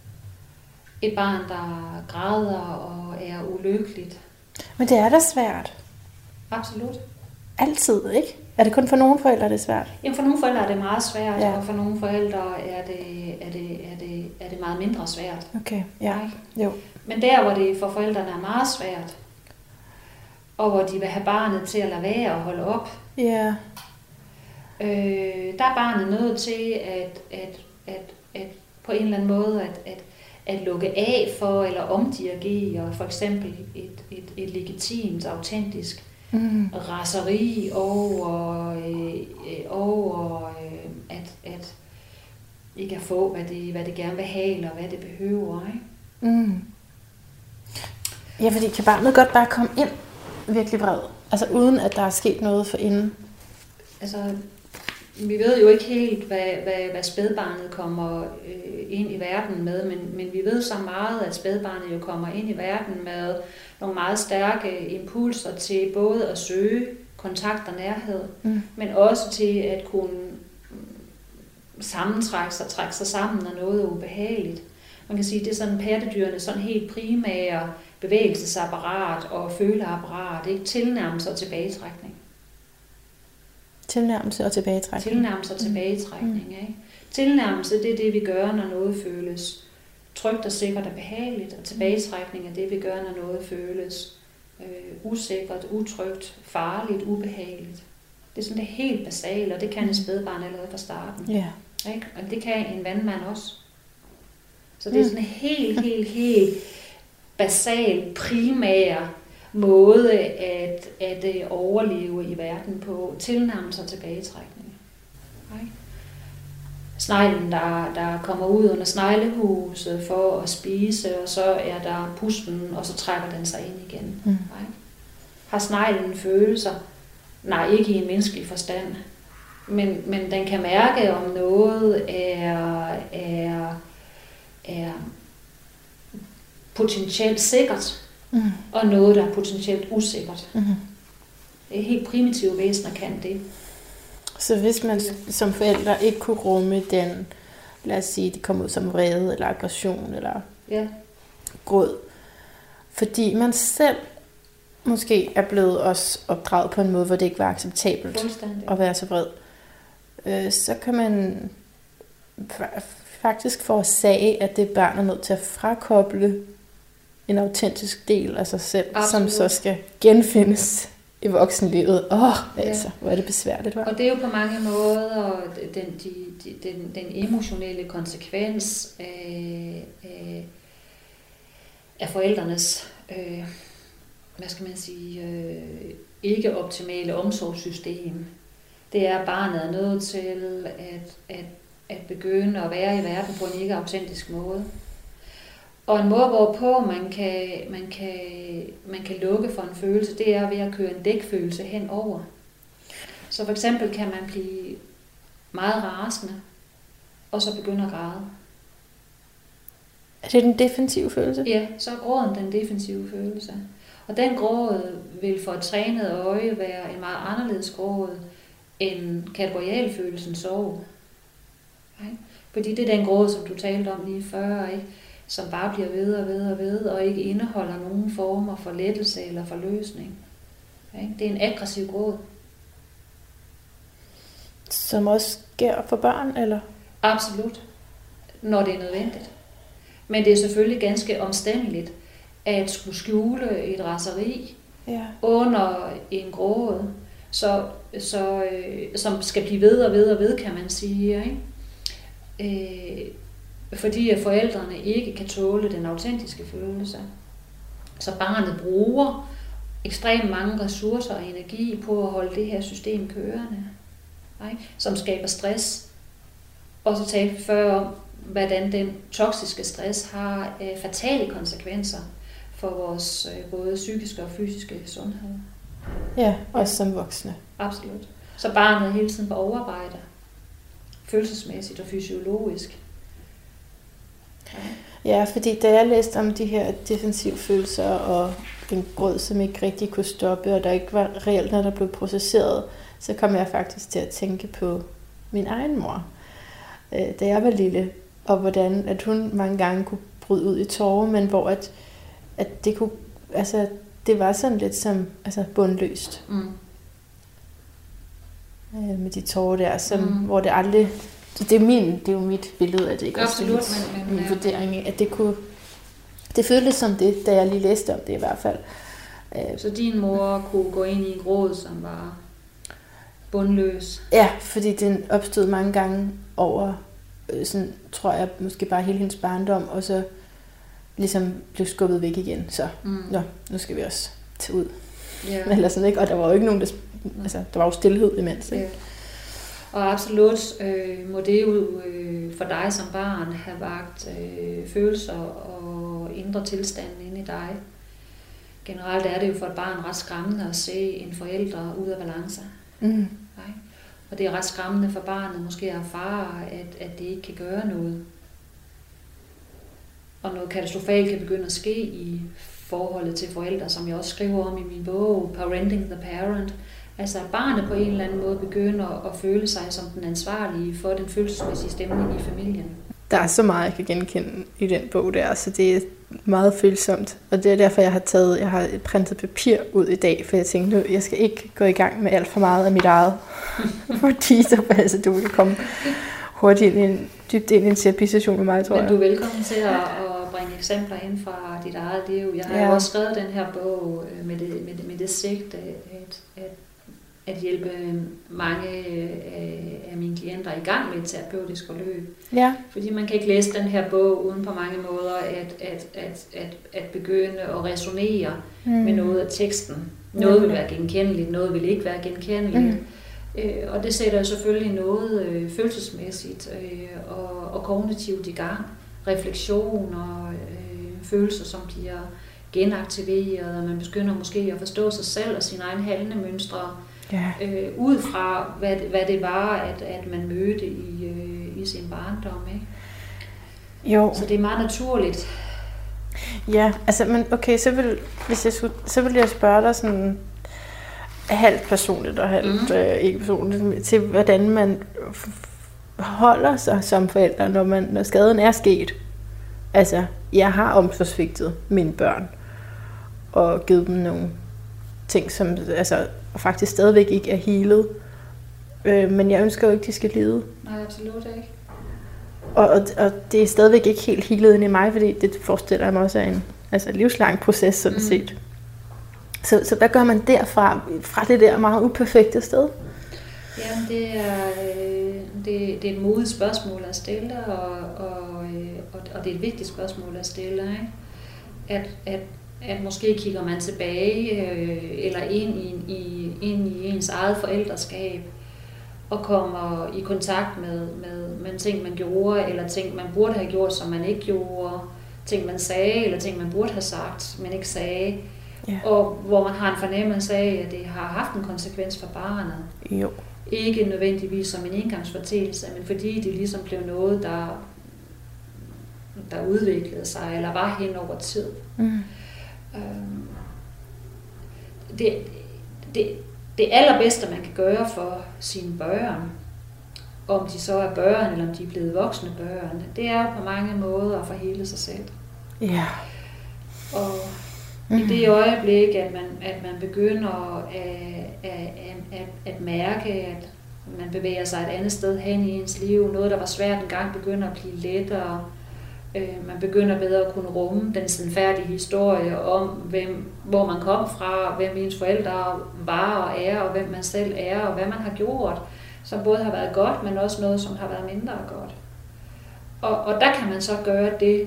Et barn, der græder og er ulykkeligt. Men det er da svært. Absolut. Altid, ikke? Er det kun for nogle forældre, det er svært? Jamen for nogle forældre er det meget svært, ja. Og for nogle forældre er det, er det, er det, er det meget mindre svært. Okay, ja. Jo. Men der, hvor det for forældrene er meget svært, og hvor de vil have barnet til at lade være og holde op, ja. øh, der er barnet nødt til at, at, at, at på en eller anden måde at, at, at lukke af for eller omdirigere for eksempel et, et, et legitimt, autentisk mm. raseri over, øh, over øh, at, at ikke at få, hvad det, hvad det gerne vil have, eller hvad det behøver. Ikke? Mm. Ja, fordi kan barnet godt bare komme ind virkelig vred? Altså uden at der er sket noget for inden? Altså, vi ved jo ikke helt, hvad, hvad, hvad spædbarnet kommer øh, ind i verden med, men, men vi ved så meget, at spædbarnet jo kommer ind i verden med nogle meget stærke impulser til både at søge kontakt og nærhed, mm. men også til at kunne sammentrække sig, trække sig sammen af noget ubehageligt. man kan sige, det er sådan pattedyrene, sådan helt primære bevægelsesapparat og føleapparat, ikke? Tilnærmelse og tilbagetrækning. Tilnærmelse og tilbagetrækning. Tilnærmelse og tilbagetrækning, mm. ikke? Tilnærmelse, det er det, vi gør, når noget føles trygt og sikkert og behageligt, og tilbagetrækning er det, vi gør, når noget føles øh, usikkert, utrygt, farligt, ubehageligt. Det er sådan det helt basale, og det kan en spædbarn allerede fra starten. Yeah. Ikke? Og det kan en vandmand også. Så det er sådan en helt, helt, helt basal, primær måde at, at overleve i verden på, tilnærmelse og tilbagetrækning. Ikke? Sneglen, der, der kommer ud under sneglehuset for at spise, og så er der pusten, og så trækker den sig ind igen. Mm. Ikke? Har sneglen følelser? Nej, ikke i en menneskelig forstand. Men, men den kan mærke, om noget er, er, er potentielt sikkert, mm. og noget, der er potentielt usikkert. Mm. Det er helt primitive væsener, kan det. Så hvis man som forældre ikke kunne rumme den, lad os sige, de kommer ud som vrede, eller aggression, eller ja. gråd, fordi man selv måske er blevet også opdraget på en måde, hvor det ikke var acceptabelt at være så vred, øh, så kan man faktisk forårsage, at det barn er nødt til at frakoble en autentisk del af sig selv, absolut. Som så skal genfindes i voksenlivet. Åh, oh, altså, ja. Hvor er det besværligt, hva'? Og det er jo på mange måder den, de, de, den, den emotionelle konsekvens af, af, af forældrenes øh, hvad skal man sige, øh, ikke optimale omsorgssystem. Det er, at barnet er nødt til at, at, at begynde at være i verden på en ikke autentisk måde. Og en måde, hvorpå man kan, man, kan, man kan lukke for en følelse, det er ved at køre en dækfølelse henover. Så for eksempel kan man blive meget rasende, og så begynde at græde. Er det den defensive følelse? Ja, så er gråden den defensive følelse. Og den gråd vil for et trænet øje være en meget anderledes gråd end kategorialfølelsen sorg. Okay? Fordi det er den gråd, som du talte om lige før, ikke? Som bare bliver ved og ved og ved, og ikke indeholder nogen former for lettelse eller forløsning. Okay? Det er en aggressiv gråd. Som også sker for børn, eller? Absolut, når det er nødvendigt. Men det er selvfølgelig ganske omstændeligt at skulle skjule et raseri ja. Under en gråd, så, så, øh, som skal blive ved og ved og ved, kan man sige. Ikke? Øh, fordi at forældrene ikke kan tåle den autentiske følelse. Så barnet bruger ekstremt mange ressourcer og energi på at holde det her system kørende, ikke? Som skaber stress. Og så talte vi før om, hvordan den toksiske stress har øh, fatale konsekvenser for vores øh, både psykiske og fysiske sundhed. Ja, også som voksne. Absolut. Så barnet er hele tiden på overarbejde, følelsesmæssigt og fysiologisk. Ja. Ja, fordi da jeg læste om de her defensive følelser og en gråd, som ikke rigtig kunne stoppe, og der ikke var reelt, når der blev processeret, så kom jeg faktisk til at tænke på min egen mor, da jeg var lille, og hvordan at hun mange gange kunne bryde ud i tårer, men hvor at, at det kunne, altså det var sådan lidt som altså bundløst. Mm. Med de tårer der, som, mm. hvor det aldrig, det er min, det er jo mit billede af det, ikke? Absolut, også men, men min vurdering af, at det kunne, det føltes som det, da jeg lige læste om det i hvert fald. Så din mor kunne gå ind i en gråd, som var bundløs? Ja, fordi den opstod mange gange over, sådan, tror jeg, måske bare hele hendes barndom, og så ligesom blev skubbet væk igen. Så, mm. nå, nu skal vi også tage ud. Yeah. Eller sådan, ikke? Og der var jo ikke nogen, der, altså, der var jo stillhed imens. Ikke? Yeah. Og absolut øh, må det jo øh, for dig som barn have vagt øh, følelser og indre tilstande inde i dig. Generelt er det jo for et barn ret skræmmende at se en forælder ud af balance. Mm. Nej? Og det er ret skræmmende for barnet måske at erfare, at, at det ikke kan gøre noget. Og noget katastrofalt kan begynde at ske i forholdet til forældre, som jeg også skriver om i min bog, Parenting the Parent. Altså at barnet på en eller anden måde begynder at føle sig som den ansvarlige for den følelsesmæssige stemning i familien. der er så meget, jeg kan genkende i den bog der, så det er meget følsomt. Og det er derfor, jeg har taget, jeg har printet papir ud i dag, for jeg tænkte, jeg skal ikke gå i gang med alt for meget af mit eget. Fordi så altså, du kan komme hurtigt ind, dybt ind i en terapisession med mig, tror jeg. Men du er velkommen til at, at bringe eksempler ind fra dit eget liv. Jeg har ja. jo også skrevet den her bog med det, med det, med det sigte, at, at, at hjælpe mange af mine klienter i gang med et terapeutisk forløb. Ja. Fordi man kan ikke læse den her bog uden på mange måder at, at, at, at, at begynde at resonere mm. med noget af teksten. Noget vil være genkendeligt, noget vil ikke være genkendeligt. Mm. Øh, og det sætter jo selvfølgelig noget øh, følelsesmæssigt øh, og, og kognitivt i gang. Refleksion og øh, følelser, som bliver genaktiveret, og man begynder måske at forstå sig selv og sine egne handlemønstre yeah. øh, ud fra, hvad, hvad det var, at, at man mødte i, øh, i sin barndom. Ikke? Jo. Så det er meget naturligt. Ja, altså, men okay, så vil, hvis jeg skulle, så vil jeg spørge dig sådan halvt personligt og halvt mm. øh, ikke personligt, til hvordan man holder sig som forælder, når, man, når skaden er sket. Altså, jeg har omsorgsvigtet mine børn og givet dem nogle ting, som altså, faktisk stadigvæk ikke er healet. Øh, men jeg ønsker jo ikke, de skal lide. Nej, absolut ikke. Og, og, og det er stadigvæk ikke helt healet ind i mig, fordi det forestiller jeg mig også er en altså, livslang proces, sådan mm. set. Så, så hvad gør man derfra, fra det der meget uperfekte sted? Jamen, det er, det, det er et modigt spørgsmål at stille, og, og, og, og det er et vigtigt spørgsmål at stille. Ikke? At, at, at måske kigger man tilbage øh, eller ind i, i, ind i ens eget forældreskab og kommer i kontakt med, med, med ting, man gjorde, eller ting, man burde have gjort, som man ikke gjorde, ting, man sagde, eller ting, man burde have sagt, men ikke sagde. Yeah. Og hvor man har en fornemmelse af, at det har haft en konsekvens for barnet. Jo. Ikke nødvendigvis som en engangsfortælelse, men fordi det ligesom blev noget, der, der udviklede sig, eller var hen over tid. Mm. Øhm, det, det, det allerbedste, man kan gøre for sine børn, om de så er børn, eller om de er blevet voksne børn, det er jo på mange måder at forhele sig selv. Ja. Yeah. Og mm. i det øjeblik, at man, at man begynder at, at, at, at mærke, at man bevæger sig et andet sted hen i ens liv, noget, der var svært engang, begynder at blive lettere. Man begynder bedre at kunne rumme den sandfærdige historie om, hvem, hvor man kom fra, hvem ens forældre var og er, og hvem man selv er, og hvad man har gjort, som både har været godt, men også noget, som har været mindre godt. Og, og der kan man så gøre det,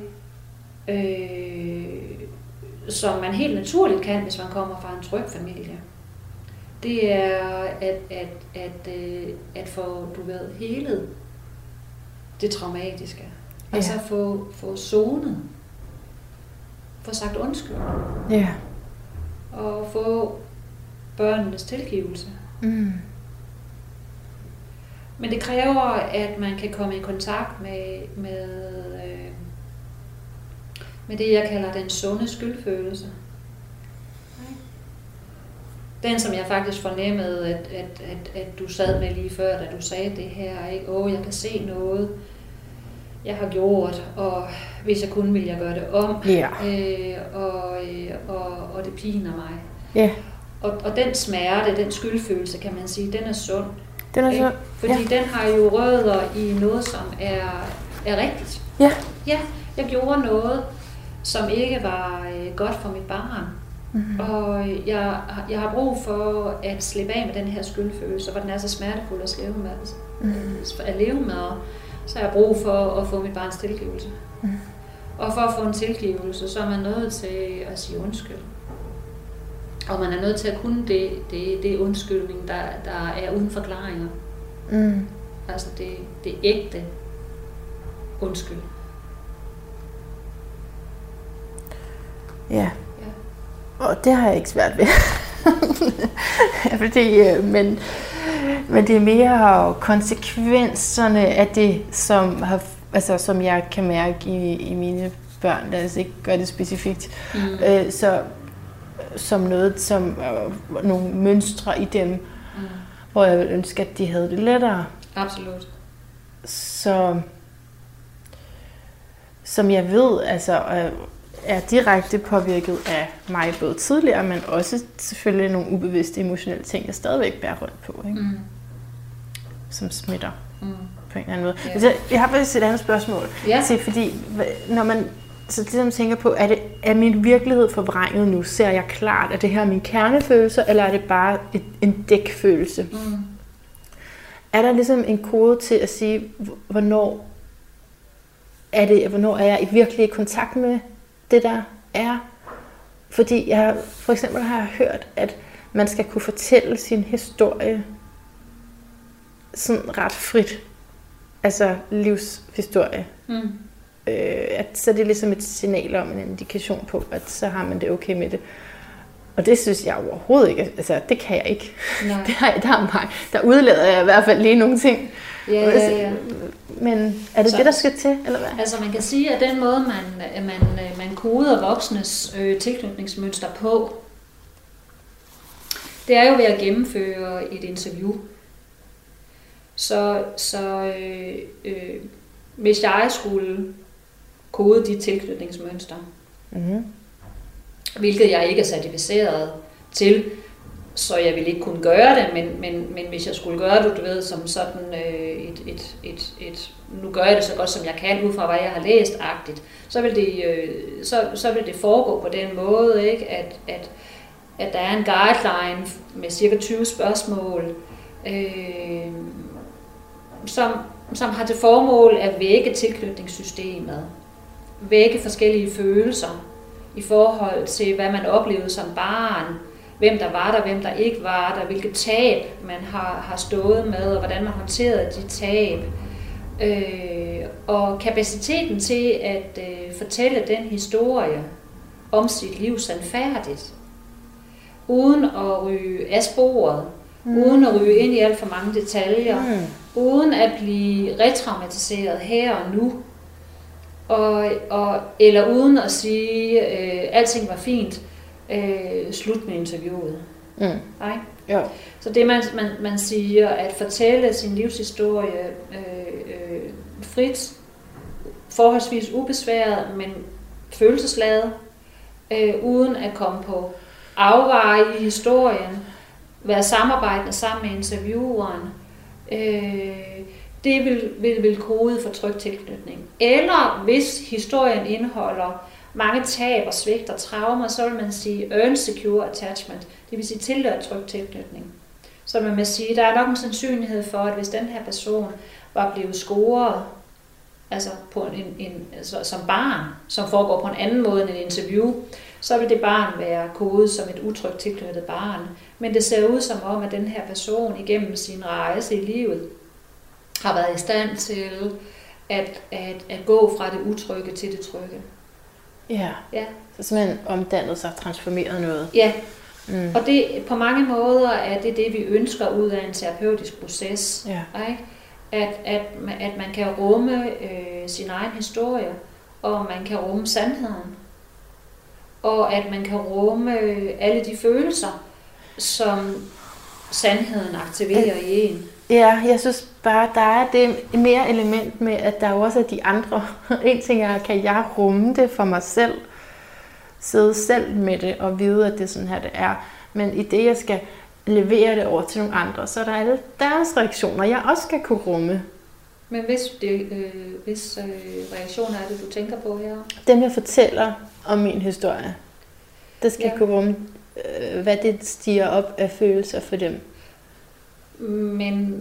øh, som man helt naturligt kan, hvis man kommer fra en tryg familie. Det er at, at, at, at få, du ved, helet det traumatiske. Ja. Altså få, få zonet. Få sagt undskyld. Ja. Og få børnenes tilgivelse. Mm. Men det kræver, at man kan komme i kontakt med, med, øh, med det, jeg kalder den sunde skyldfølelse. Den, som jeg faktisk fornemmede, at, at, at, at du sad med lige før, da du sagde det her, ikke? Åh, jeg kan se noget, jeg har gjort, og hvis jeg kunne, ville jeg gøre det om. Yeah. Øh, og, og, og det piner mig. Yeah. Og, og den smerte, den skyldfølelse, kan man sige, den er sund. Den er sund. Fordi yeah. den har jo rødder i noget, som er, er rigtigt. Yeah. Ja, jeg gjorde noget, som ikke var øh, godt for mit barn. Mm-hmm. Og jeg, jeg har brug for at slippe af med den her skyldfølelse, hvor den er så smertefuld at leve med. Mm-hmm. At leve med, så har jeg brug for at få mit barns tilgivelse. Mm-hmm. Og for at få en tilgivelse, så er man nødt til at sige undskyld. Og man er nødt til at kunne det, det, det undskyldning, der, der er uden forklaringer. Mm. Altså det, det ægte undskyld. Ja. Og det har jeg ikke svært ved. Fordi, men, men det er mere konsekvenserne af det, som, har, altså, som jeg kan mærke i, i mine børn. Lad os ikke gøre det specifikt. Mm. Øh, så som noget, som øh, nogle mønstre i dem, mm. hvor jeg ville ønske, at de havde det lettere. Absolut. Så som jeg ved altså, er, er direkte påvirket af mig både tidligere, men også selvfølgelig nogle ubevidste emotionelle ting, jeg stadigvæk bærer rundt på, ikke? Mm. Som smitter mm. på en eller anden måde. Yeah. Altså, jeg har faktisk et andet spørgsmål yeah. til, fordi når man så det, man tænker på, er, det, er min virkelighed forvrænget nu? Ser jeg klart, at det her er min kernefølelse, eller er det bare et, en dækfølelse? Mm. Er der ligesom en kode til at sige, hvornår er, det, hvornår er jeg i virkelig kontakt med det, der er? Fordi jeg, for eksempel har jeg hørt, at man skal kunne fortælle sin historie sådan ret frit. Altså livshistorie. Mm. Øh, at så er det ligesom et signal om en indikation på, at så har man det okay med det. Og det synes jeg overhovedet ikke. Altså, det kan jeg ikke. Det har, der, er mig. Der udlader jeg i hvert fald lige nogle ting. Ja, ja, ja. Men er det så, det, der skal til, eller hvad? Altså, man kan sige, at den måde, man, man, man koder voksnes øh, tilknytningsmønster på, det er jo ved at gennemføre et interview. Så, så øh, øh, hvis jeg skulle kode de tilknytningsmønstre, mm-hmm. hvilket jeg ikke er certificeret til, så jeg vil ikke kunne gøre det, men, men, men hvis jeg skulle gøre det, du ved, som sådan øh, et, et, et, et, nu gør jeg det så godt som jeg kan, ud fra hvad jeg har læst-agtigt, så vil det, øh, så, så vil det foregå på den måde, ikke? At, at, at der er en guideline med cirka tyve spørgsmål, øh, som, som har til formål at vække tilknytningssystemet, vække forskellige følelser i forhold til, hvad man oplevede som barn, hvem der var der, hvem der ikke var der, hvilke tab man har, har stået med, og hvordan man håndterede de tab. Øh, og kapaciteten til at øh, fortælle den historie om sit liv sandfærdigt, uden at ryge af sporet, mm. uden at ryge ind i alt for mange detaljer, mm. uden at blive retraumatiseret her og nu, og, og, eller uden at sige, øh, alting var fint, øh, slut med interviewet. Mm. Nej? Jo. Så det man, man, man siger, at fortælle sin livshistorie øh, øh, frit, forholdsvis ubesværet, men følelsesladet, øh, uden at komme på afveje i historien, være samarbejdende sammen med intervieweren, øh, det vil, vil, vil kode for tryg tilknytning. Eller hvis historien indeholder mange tab og svigt og traumer, så vil man sige earn secure attachment, det vil sige tilhørt tryg tilknytning. Så man vil sige, der er nok en sandsynlighed for, at hvis den her person var blevet scoret, altså på en, en, altså som barn, som foregår på en anden måde end en interview, så vil det barn være kodet som et utrygt tilknyttet barn. Men det ser ud som om, at den her person igennem sin rejse i livet har været i stand til at, at, at gå fra det utrygge til det trygge. Ja, ja. Så simpelthen omdannet sig, transformeret noget. Ja, mm. og det på mange måder er det det, vi ønsker ud af en terapeutisk proces. Ja. Ikke? At, at, at man kan rumme øh, sin egen historie, og man kan rumme sandheden, og at man kan rumme øh, alle de følelser, som sandheden aktiverer i en. Ja, jeg synes bare, der er det mere element med, at der også er de andre. En ting er, kan jeg rumme det for mig selv, sidde selv med det og vide, at det er sådan her, det er. Men i det, jeg skal levere det over til nogle andre, så er der alle deres reaktioner, jeg også skal kunne rumme. Men hvis, det, øh, hvis øh, reaktioner er det, du tænker på her? Dem, jeg fortæller om min historie, det skal ja. Jeg kunne rumme, øh, hvad det stiger op af følelser for dem. Men,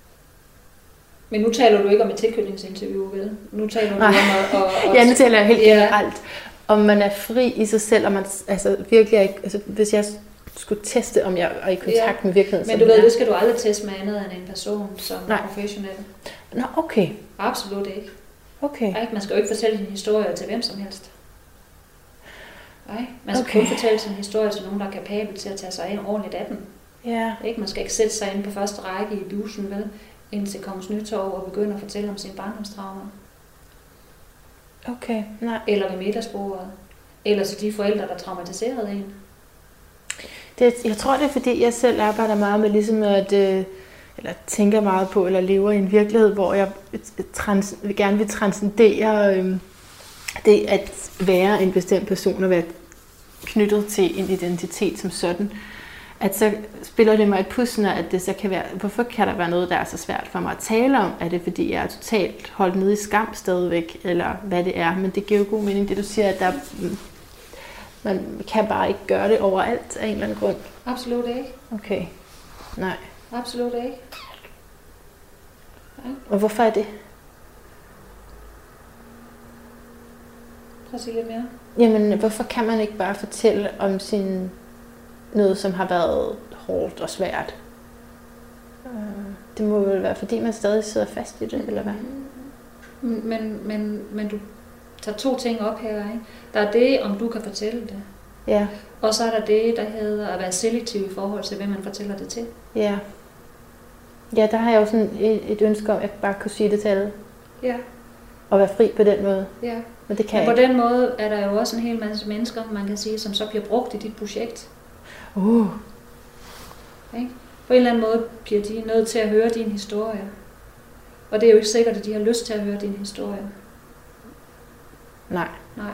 men nu taler du ikke om et tilknytningsinterview, vel? Nu taler du Nej. om at... at, at ja, nu taler jeg helt generelt. Ja. Om man er fri i sig selv, og man altså, virkelig er, altså, hvis jeg skulle teste, om jeg er i kontakt ja. Med virkeligheden. Men du ved, det skal du aldrig teste med andet end en person som Nej. Professionel. Nå, okay. Absolut ikke. Okay. Ej, man skal jo ikke fortælle sin historie til hvem som helst. Nej, man skal okay. kun fortælle sin historie til nogen, der er kapabel til at tage sig ind ordentligt af den. Ja. Ikke? Man skal ikke sætte sig ind på første række i bussen, vel, indtil Kongens Nytorv og begynde at fortælle om sine barndomstraumer. Okay, nej. Eller ved middagsbordet. Eller til de forældre, der traumatiserede en. Det, jeg tror, det er fordi, jeg selv arbejder meget med ligesom at, øh, eller tænker meget på, eller lever i en virkelighed, hvor jeg trans, gerne vil transcendere øh, det at være en bestemt person og være knyttet til en identitet som sådan, at så spiller det mig et pudsende, at det så kan være, hvorfor kan der være noget, der er så svært for mig at tale om? Er det, fordi jeg er totalt holdt nede i skam stadigvæk, eller hvad det er? Men det giver jo god mening, det du siger, at der, man kan bare ikke gøre det overalt af en eller anden grund. Absolut ikke. Okay, nej. Absolut ikke. Nej. Og hvorfor er det? Prøv at sige lidt mere. Jamen, hvorfor kan man ikke bare fortælle om sin noget, som har været hårdt og svært? Det må vel være, fordi man stadig sidder fast i det, eller hvad? Men, men, men du tager to ting op her, ikke? Der er det, om du kan fortælle det. Ja. Og så er der det, der hedder at være selektiv i forhold til, hvem man fortæller det til. Ja. Ja, der har jeg jo sådan et, et ønske om, at jeg bare kunne sige det til alle. Ja. Og være fri på den måde. Ja. Men det kan Men jeg på ikke. den måde er der jo også en hel masse mennesker, man kan sige, som så bliver brugt i dit projekt. Uh. Ikke? På en eller anden måde bliver de nødt til at høre din historie. Og det er jo ikke sikkert, at de har lyst til at høre din historie. Nej. Nej.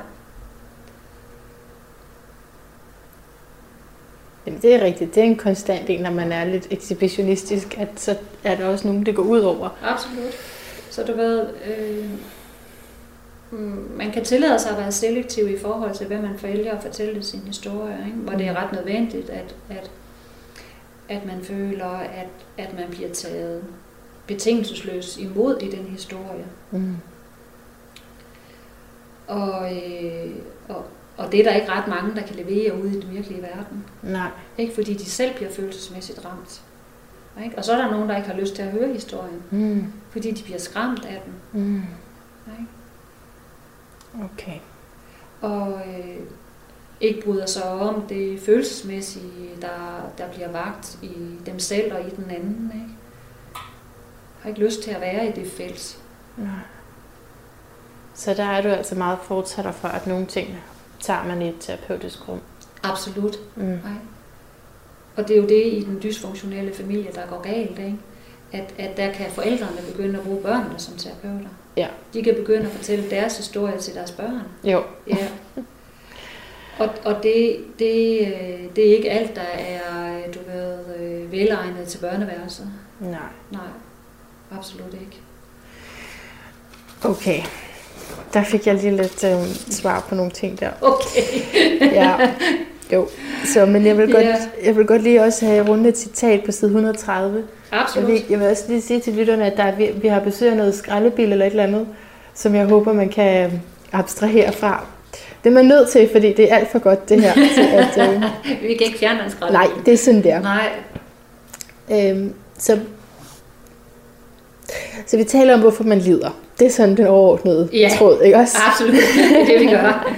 Jamen, det er rigtigt. Det er en konstant en, når man er lidt ekshibitionistisk, at så er der også nogen, det går ud over. Absolut. Så du ved, øh, man kan tillade sig at være selektiv i forhold til, hvad man vælger at fortælle sin historie, ikke? Hvor det er ret nødvendigt, at, at, at man føler, at, at man bliver taget betingelsesløst imod i den historie. Mm. Og, øh, og, og det er der ikke ret mange, der kan levere ude i den virkelige verden. Nej. Ikke fordi de selv bliver følelsesmæssigt ramt. Ikke? Og så er der nogen, der ikke har lyst til at høre historien, Mm. fordi de bliver skræmt af den. Mm. Ikke? Okay. Og øh, ikke bryder sig om det følelsesmæssige, der, der bliver vagt i dem selv og i den anden. Ikke? Har ikke lyst til at være i det felt. Nej. Så der er du altså meget fortsætter for, at nogle ting tager man i et terapeutisk rum. Absolut. Mm. Nej. Og det er jo det i den dysfunktionelle familie, der går galt, ikke? At, at der kan forældrene begynde at bruge børnene som terapeuter. Ja. De kan begynde at fortælle deres historie til deres børn. Jo. Ja. Og, og det, det, det er ikke alt, der er, du ved, velegnet til børneværelser. Nej. Nej, absolut ikke. Okay. Der fik jeg lige lidt øh, svar på nogle ting der. Okay. Ja. Jo. Så, men jeg vil, godt, Ja. jeg vil godt lige også have rundet et citat på side et hundrede og tredive. Absolut. Jeg vil, jeg vil også lige sige til lytterne, at der er, vi, vi har besøg af noget skraldebil eller et eller andet, som jeg håber, man kan abstrahere fra. Det er man nødt til, fordi det er alt for godt, det her. Til at, øh, Vi kan ikke fjerne en skrald. nej, det er sådan der. Nej. Øhm, så, så vi taler om, hvorfor man lider. Det er sådan den overordnede Ja. tråd, ikke også? Absolut. Det er det, vi gør.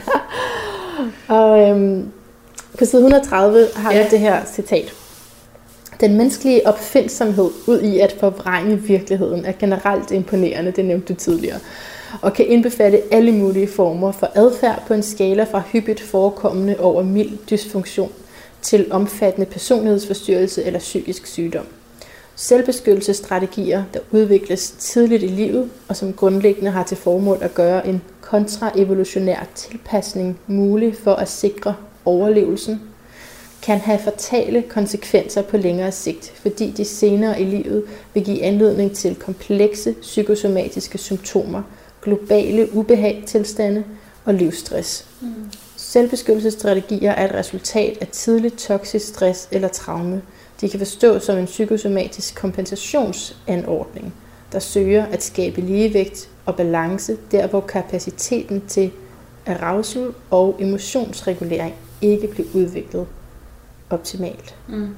Og øhm, på side et hundrede og tredive har Ja. vi det her citat. Den menneskelige opfindsomhed ud i at forvrænge virkeligheden er generelt imponerende, det nævnte du tidligere, og kan indbefatte alle mulige former for adfærd på en skala fra hyppigt forekommende over mild dysfunktion til omfattende personlighedsforstyrrelse eller psykisk sygdom. Selvbeskyttelsesstrategier, der udvikles tidligt i livet og som grundlæggende har til formål at gøre en kontraevolutionær tilpasning mulig for at sikre overlevelsen, kan have fatale konsekvenser på længere sigt, fordi de senere i livet vil give anledning til komplekse psykosomatiske symptomer, globale ubehagstilstande og livsstress. Mm. Selvbeskyttelsesstrategier er et resultat af tidlig toksisk stress eller traume. De kan forstås som en psykosomatisk kompensationsanordning, der søger at skabe ligevægt og balance, der hvor kapaciteten til arousal og emotionsregulering ikke bliver udviklet optimalt. Mm.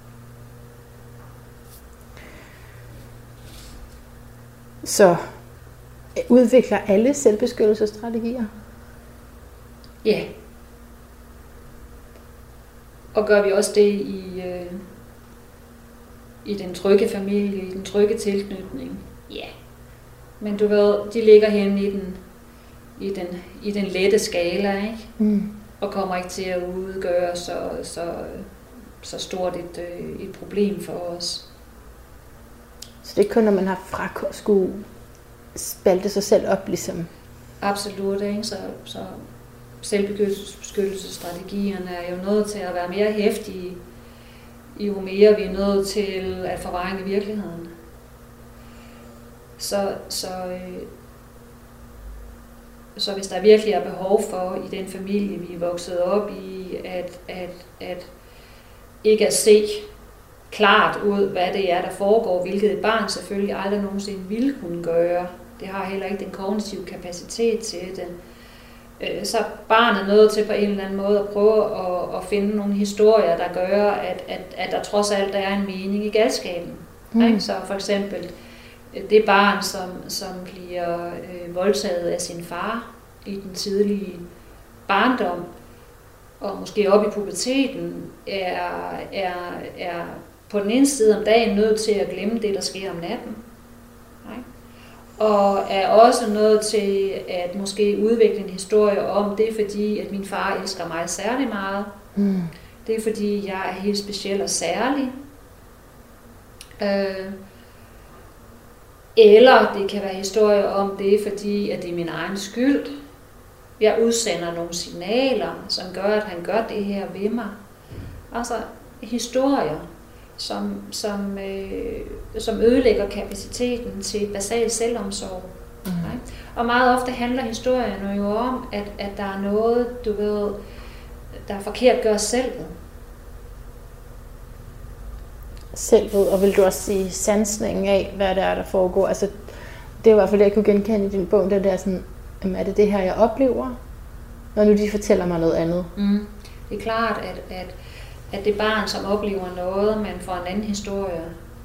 Så udvikler alle selvbeskyttelsesstrategier? Ja. Yeah. Og gør vi også det i, øh, i den trygge familie, i den trygge tilknytning? Ja. Yeah. Men du ved, de ligger henne i den, i den, i den lette skala, ikke? Mm. Og kommer ikke til at udgøre så, så, så stort et, et problem for os. Så det er kun, når man har fra skulle spalte sig selv op, ligesom? Absolut, ikke? Så, så selvbeskyttelsesstrategierne er jo nødt til at være mere heftige, jo mere vi er nødt til at forvrænge virkeligheden. Så, så, øh, så hvis der virkelig er behov for i den familie, vi er vokset op i, at, at, at ikke at se klart ud, hvad det er, der foregår, hvilket et barn selvfølgelig aldrig nogensinde ville kunne gøre. Det har heller ikke den kognitive kapacitet til det. Så barnet er nødt til på en eller anden måde at prøve at, at finde nogle historier, der gør, at, at, at der trods alt er en mening i galskaben. Mm. Så for eksempel det barn, som, som bliver øh, voldtaget af sin far i den tidlige barndom, og måske op i puberteten, er, er, er på den ene side om dagen nødt til at glemme det, der sker om natten. Nej? Og er også nødt til at måske udvikle en historie om, det er fordi, at min far elsker mig særlig meget. Mm. Det er fordi, jeg er helt speciel og særlig. Øh, eller det kan være historier om, det er fordi, at det er min egen skyld. Jeg udsender nogle signaler, som gør, at han gør det her ved mig. Altså historier, som, som, øh, som ødelægger kapaciteten til basal selvomsorg. Mm. Og meget ofte handler historierne jo om, at, at der er noget, du ved, der er forkert gør selvet. Selvet, og vil du også sige sansningen af, hvad det er, der foregår? Altså, det er i hvert fald det, jeg kunne genkende i din bog, det der sådan, jamen, er det det her, jeg oplever, når nu de fortæller mig noget andet? Mm. Det er klart, at, at, at det barn, som oplever noget, men får en anden historie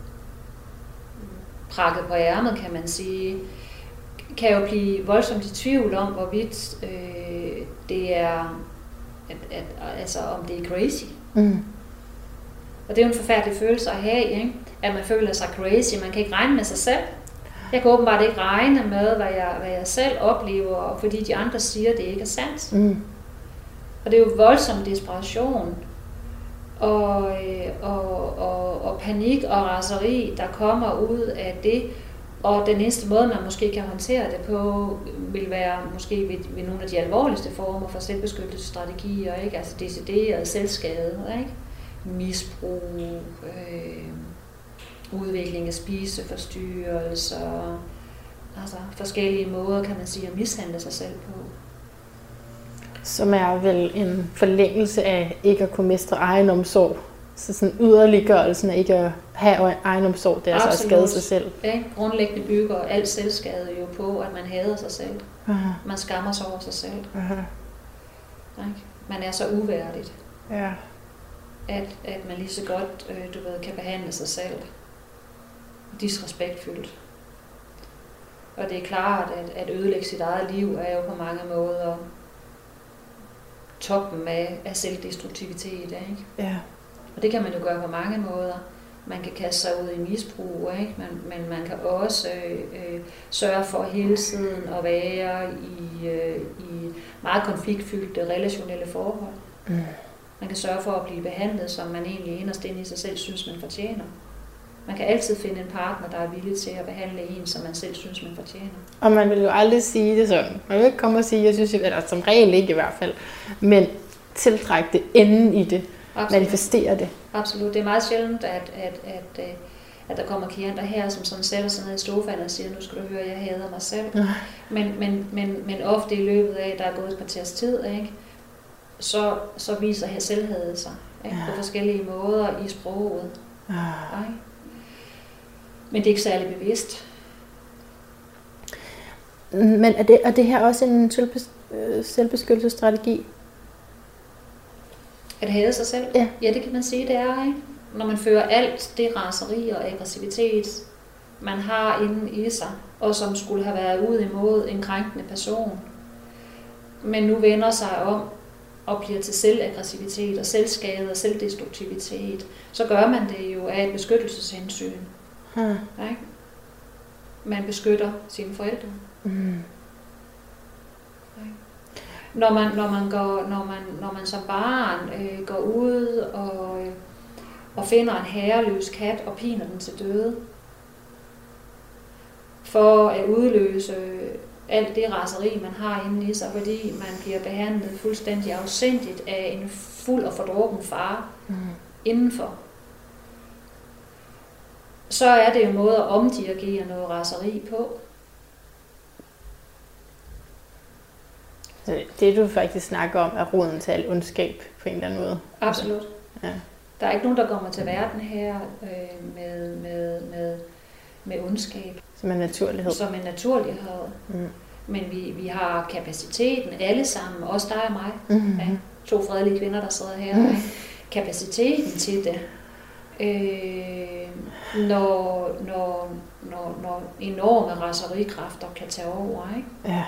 prakket på ærmet, kan man sige, kan jo blive voldsomt i tvivl om, hvorvidt øh, det er, at, at, altså om det er crazy. Mm. Og det er jo en forfærdelig følelse at have, ikke? At man føler sig crazy. Man kan ikke regne med sig selv. Jeg kan åbenbart ikke regne med, hvad jeg, hvad jeg selv oplever, fordi de andre siger, at det ikke er sandt. Mm. Og det er jo voldsom desperation, og, og, og, og panik og raseri, der kommer ud af det. Og den eneste måde, man måske kan håndtere det på, vil være måske ved, ved nogle af de alvorligste former for selvbeskyttelsesstrategier, ikke? Altså decideret selvskade, ikke? Misbrug, øh, udvikling af spiseforstyrrelser, altså forskellige måder, kan man sige, at mishandle sig selv på. Som er vel en forlængelse af ikke at kunne mestre egenomsorg. Så sådan yderliggørelsen af ikke at have egenomsorg, det er altså at skade sig selv. Ja, grundlæggende bygger alt selvskade jo på, at man hader sig selv. Aha. Man skammer sig over sig selv. Aha. Man er så uværdigt. Ja. At, at man lige så godt øh, du ved, kan behandle sig selv disrespektfyldt. Og det er klart, at, at ødelægge sit eget liv er jo på mange måder toppen af, af selvdestruktivitet. Ikke? Ja. Og det kan man jo gøre på mange måder. Man kan kaste sig ud i misbrug, ikke? Men, men man kan også øh, øh, sørge for hele tiden at være i, øh, i meget konfliktfyldte relationelle forhold. Mm. Man kan sørge for at blive behandlet, som man egentlig inderst inde i sig selv synes, man fortjener. Man kan altid finde en partner, der er villig til at behandle en, som man selv synes, man fortjener. Og man vil jo aldrig sige det sådan. Man vil ikke komme og sige, jeg synes, eller som regel ikke i hvert fald, men tiltrække det enden i det. Absolut. Manifestere det. Absolut. Det er meget sjældent, at, at, at, at der kommer klienter her, som sådan sætter sig ned i sofaen og siger, nu skal du høre, jeg hader mig selv. Ja. Men, men, men, men ofte i løbet af, der er gået et kvarters tid, ikke? Så, så viser her selvhadet sig, ikke? Ja. På forskellige måder i sproget. Ja. Men det er ikke særlig bevidst. Men er det, er det her også en selvbeskyttelsesstrategi? At hade sig selv? Ja. Ja, det kan man sige, det er, ikke? Når man fører alt det raseri og aggressivitet, man har inde i sig, og som skulle have været ud imod en krænkende person, men nu vender sig om og bliver til selvaggressivitet og selvskade og selvdestruktivitet, så gør man det jo af et beskyttelseshensyn. Hmm. Ikke? Man beskytter sine forældre. Mm. Når man, når man, går, når man, når man som barn øh, går ud og, øh, og finder en herreløs kat og piner den til døde, for at udløse alt det raseri, man har inde i sig, fordi man bliver behandlet fuldstændig afsindigt af en fuld og fordrukken far mm. indenfor. Så er det jo en måde at omdirigere noget raseri på. Det du faktisk snakker om, er roden til al ondskab på en eller anden måde. Absolut. Ja. Der er ikke nogen, der kommer til verden her øh, med, med, med, med ondskab. Som en naturlighed. Som en naturlighed. Mm. Men vi, vi har kapaciteten, alle sammen, også dig og mig, mm-hmm. ja, to fredelige kvinder, der sidder her, mm. kapaciteten til det. Øh, når, når, når, når enorme raserikræfter kan tage over, ikke? Ja.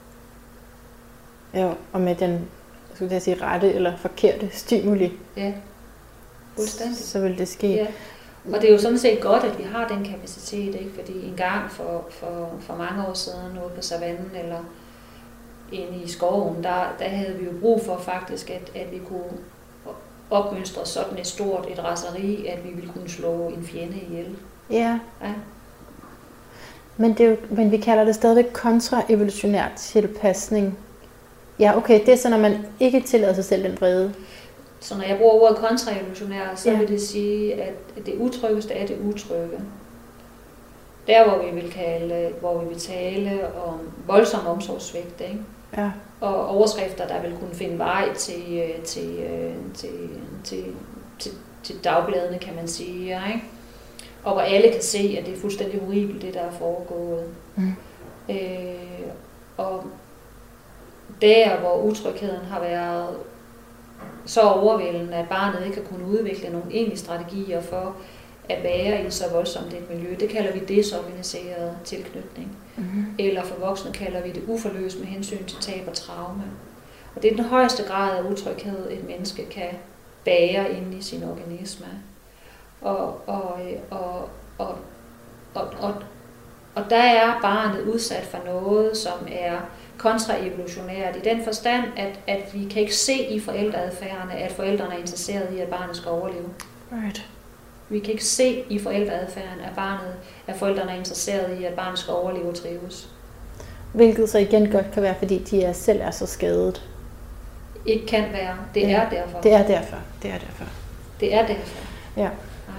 Jo, og med den, skulle jeg sige, rette eller forkerte stimuli. Ja, fuldstændig. Så vil det ske. Ja. Og det er jo sådan set godt, at vi har den kapacitet, ikke? Fordi en gang for, for, for mange år siden, ude på savannen eller inde i skoven, der, der havde vi jo brug for faktisk, at, at vi kunne opmønstre sådan et stort et raseri, at vi ville kunne slå en fjende ihjel. Ja. Ja. Men, det er jo, men vi kalder det stadigvæk kontraevolutionær tilpasning. Ja, okay, det er så, når man ikke tillader sig selv den vrede. Så når jeg bruger ordet kontraevolutionær, så ja. vil det sige, at det utryggeste er det utrygge. Der, hvor vi vil kalde, hvor vi vil tale om voldsom omsorgssvigt, ikke? Ja. Og overskrifter, der vil kunne finde vej til, til, til, til, til, til dagbladene, kan man sige, ikke? Og hvor alle kan se, at det er fuldstændig horribelt, det der er foregået. Mm. Øh, og der, hvor utrygheden har været så overvældende, at barnet ikke har kunnet udvikle nogle egentlige strategier for at være i så voldsomt et miljø, det kalder vi desorganiseret tilknytning. Mm-hmm. Eller for voksne kalder vi det uforløst med hensyn til tab og traume. Og det er den højeste grad af utryghed, et menneske kan bære inde i sin organisme. Og, og, og, og, og, og, og der er barnet udsat for noget, som er kontraevolutionært i den forstand, at, at vi kan ikke se i forældreadfærdene, at forældrene er interesserede i, at barnet skal overleve. Right. Vi kan ikke se i forældreadfærden, at, barnet, at forældrene er interesserede i, at barnet skal overleve og trives. Hvilket så igen godt kan være, fordi de er selv er så skadet. Ikke kan være. Det ja. er derfor. Det er derfor. Det er derfor. Det er derfor. Ja. Nej.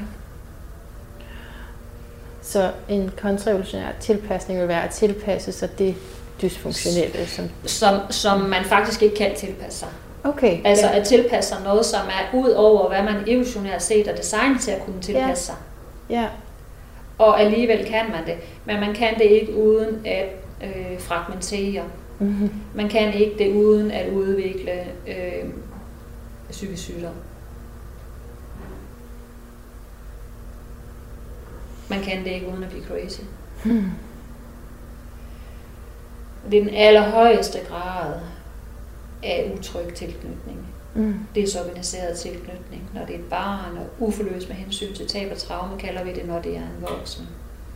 Så en kontraevolutionær tilpasning vil være at tilpasse sig det dysfunktionelle. Som, som, som man faktisk ikke kan tilpasse sig. Okay. Altså ja. at tilpasse sig noget, som er ud over, hvad man evolutionært set er designet til at kunne tilpasse ja. sig. Ja. Og alligevel kan man det. Men man kan det ikke uden at øh, fragmentere. Mm-hmm. Man kan ikke det uden at udvikle øh, psykisk sygdom. Man kan det ikke uden at blive crazy. Hmm. Det er den allerhøjeste grad af utryg tilknytning. Mm. Desorganiseret tilknytning. Når det er et barn og uforløst med hensyn til tab og traume, kalder vi det, når det er en voksen.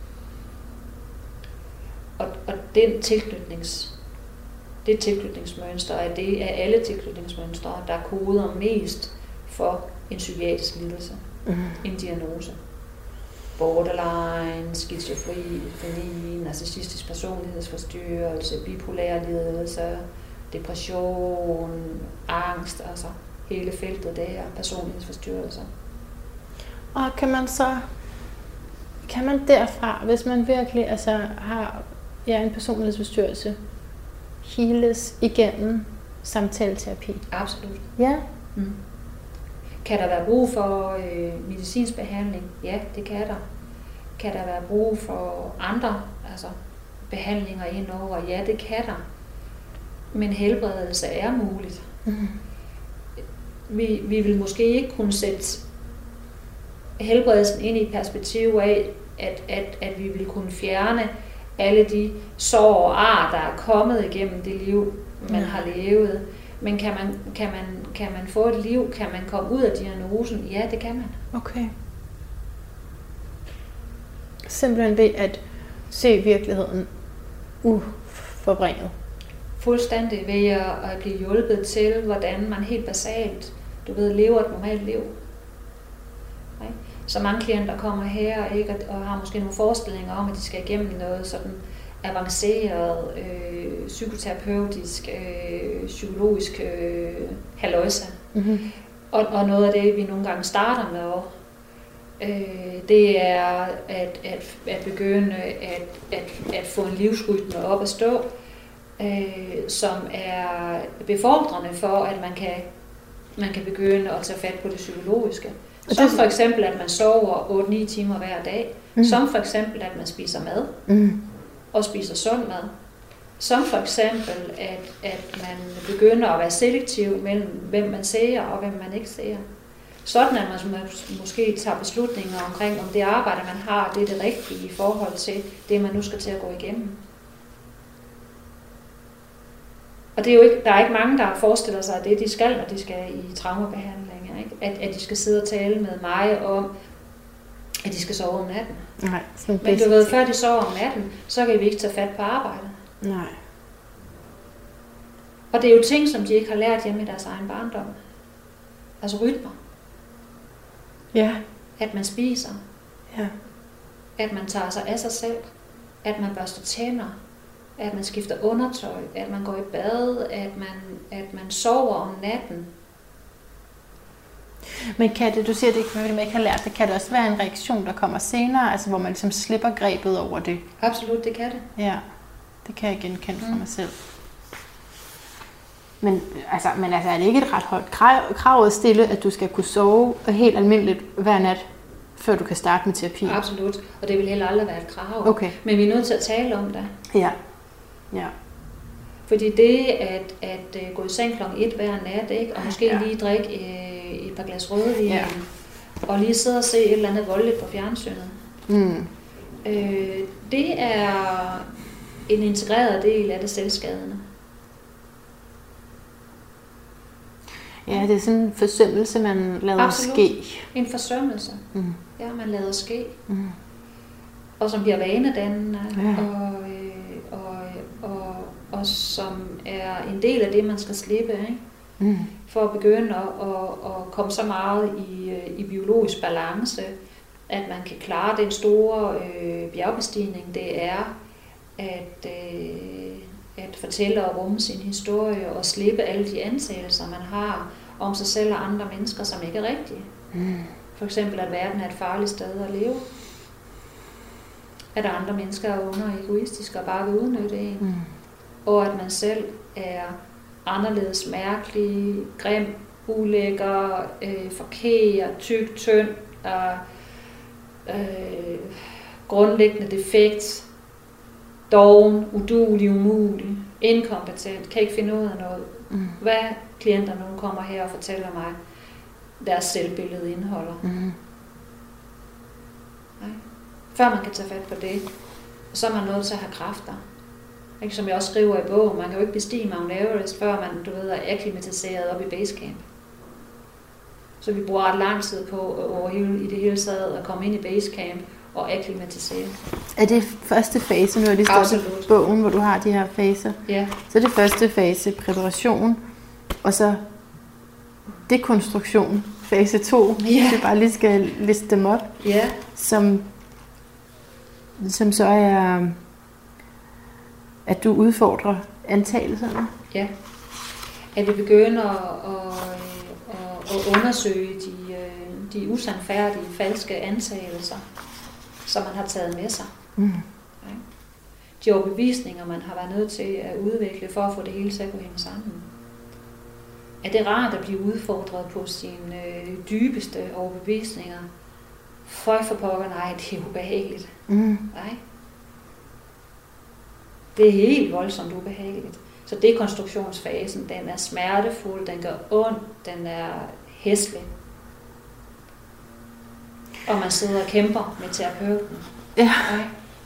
Og, og den tilknytnings, det tilknytningsmønster er det af alle tilknytningsmønstre, der koder mest for en psykiatrisk lidelse. Mm. En diagnose. Borderline, skizofreni, narcissistisk personlighedsforstyrrelse, bipolær lidelse, depression, angst, altså hele feltet der, personlighedsforstyrrelser. Og kan man så, kan man derfra, hvis man virkelig altså, har ja, en personlighedsforstyrrelse, heales igennem samtaleterapi? Absolut. Ja. Mm. Kan der være brug for øh, medicinsk behandling? Ja, det kan der. Kan der være brug for andre altså behandlinger indover? Ja, det kan der. Men helbredelse er muligt. Mm. Vi, vi vil måske ikke kunne sætte helbredelsen ind i et perspektiv af, at, at, at vi vil kunne fjerne alle de sår og ar, der er kommet igennem det liv, man mm. har levet. Men kan man, kan, man, kan man få et liv? Kan man komme ud af diagnosen? Ja, det kan man. Okay. Simpelthen ved at se virkeligheden uforvrænget. Fuldstændig ved at blive hjulpet til, hvordan man helt basalt, du ved, lever et normalt liv. Okay? Så mange klienter kommer her ikke, og har måske nogle forestillinger om, at de skal igennem noget sådan avanceret øh, psykoterapeutisk, øh, psykologisk øh, halløjsa. Mm-hmm. Og, og noget af det, vi nogle gange starter med, øh, det er at, at, at begynde at, at, at få en livsrytme op at stå, øh, som er befordrende for, at man kan, man kan begynde at tage fat på det psykologiske. Som for eksempel, at man sover otte ni timer hver dag. Mm. Som for eksempel, at man spiser mad. Mm. Og spiser sund mad. Som for eksempel, at, at man begynder at være selektiv mellem, hvem man ser og hvem man ikke ser. Sådan at man måske tager beslutninger omkring, om det arbejde, man har, det er det rigtige i forhold til det, man nu skal til at gå igennem. Og det er jo ikke, der er ikke mange, der forestiller sig, at det de skal, når de skal i traumebehandling. Ikke? At, at de skal sidde og tale med mig om, at de skal sove om natten. Nej, men du ved, før de sover om natten, så kan vi ikke tage fat på arbejdet. Nej. Og det er jo ting, som de ikke har lært hjemme i deres egen barndom. Altså rytmer. Ja. At man spiser. Ja. At man tager sig af sig selv. At man børster tænder. At man skifter undertøj. At man går i bad. At man, at man sover om natten. Men kan det, du siger, det ikke, at man ikke har lært det, kan det også være en reaktion, der kommer senere, altså hvor man ligesom slipper grebet over det? Absolut, det kan det. Ja, det kan jeg genkende fra mm. mig selv. Men altså, men altså, er det ikke et ret højt krav, krav at stille, at du skal kunne sove helt almindeligt hver nat, før du kan starte med terapi? Absolut, og det vil heller aldrig være et krav. Okay. Men vi er nødt til at tale om det. Ja. Ja. Fordi det at, at gå i seng klokken et hver nat, ikke? Og måske ja. lige drikke øh, et par glas rødvin, ja. og lige sidde og se et eller andet voldeligt på fjernsynet. Mm. Øh, det er en integreret del af det selvskadende. Ja, det er sådan en forsømmelse, man lader Absolut. ske. En forsømmelse. Mm. Ja, man lader ske. Mm. Og som bliver vanedannende, ja. og, øh, og, og, og som er en del af det, man skal slippe, ikke? Mm. For at begynde at, at, at komme så meget i, i biologisk balance, at man kan klare den store øh, bjergbestigning, det er at, øh, at fortælle og rumme sin historie og slippe alle de antagelser, man har om sig selv og andre mennesker, som ikke er rigtige. Mm. For eksempel, at verden er et farligt sted at leve. At andre mennesker er under egoistiske og bare vil udnytte en. Mm. Og at man selv er anderledes mærkelig, grim, ulækker, øh, forkert, tyk, tynd, og, øh, grundlæggende defekt, doven, uduelig, umulig, inkompetent, kan ikke finde ud af noget. Mm. Hvad klienter nu kommer her og fortæller mig, deres selvbillede indeholder. Mm. Nej. Før man kan tage fat på det, så er man nødt til at have kræfter. Ikke, som jeg også skriver i bogen, man kan jo ikke bestige Mount Everest, før man, du ved, er akklimatiseret op i basecamp. Så vi bruger ret lang tid på over hele, i det hele taget at komme ind i basecamp og akklimatisere. Er det første fase, nu er det stået i bogen, hvor du har de her faser? Ja. Så er det første fase, præparation, og så dekonstruktion, fase to, ja. Hvis vi bare lige skal liste dem op, ja. som, som så er, at du udfordrer antagelserne. Ja, at vi begynder at, at, at undersøge de, de usandfærdige, falske antagelser, som man har taget med sig. Mm. Ja. De overbevisninger, man har været nødt til at udvikle for at få det hele til at gå hænge sammen. Er det rart at blive udfordret på sine øh, dybeste overbevisninger? Føj for pokker, nej, det er ubehageligt. Mm. Nej. Det er helt voldsomt ubehageligt. Så dekonstruktionsfasen, den er smertefuld, den gør ondt, den er hæslig. Og man sidder og kæmper med terapeuten. Ja. Nej.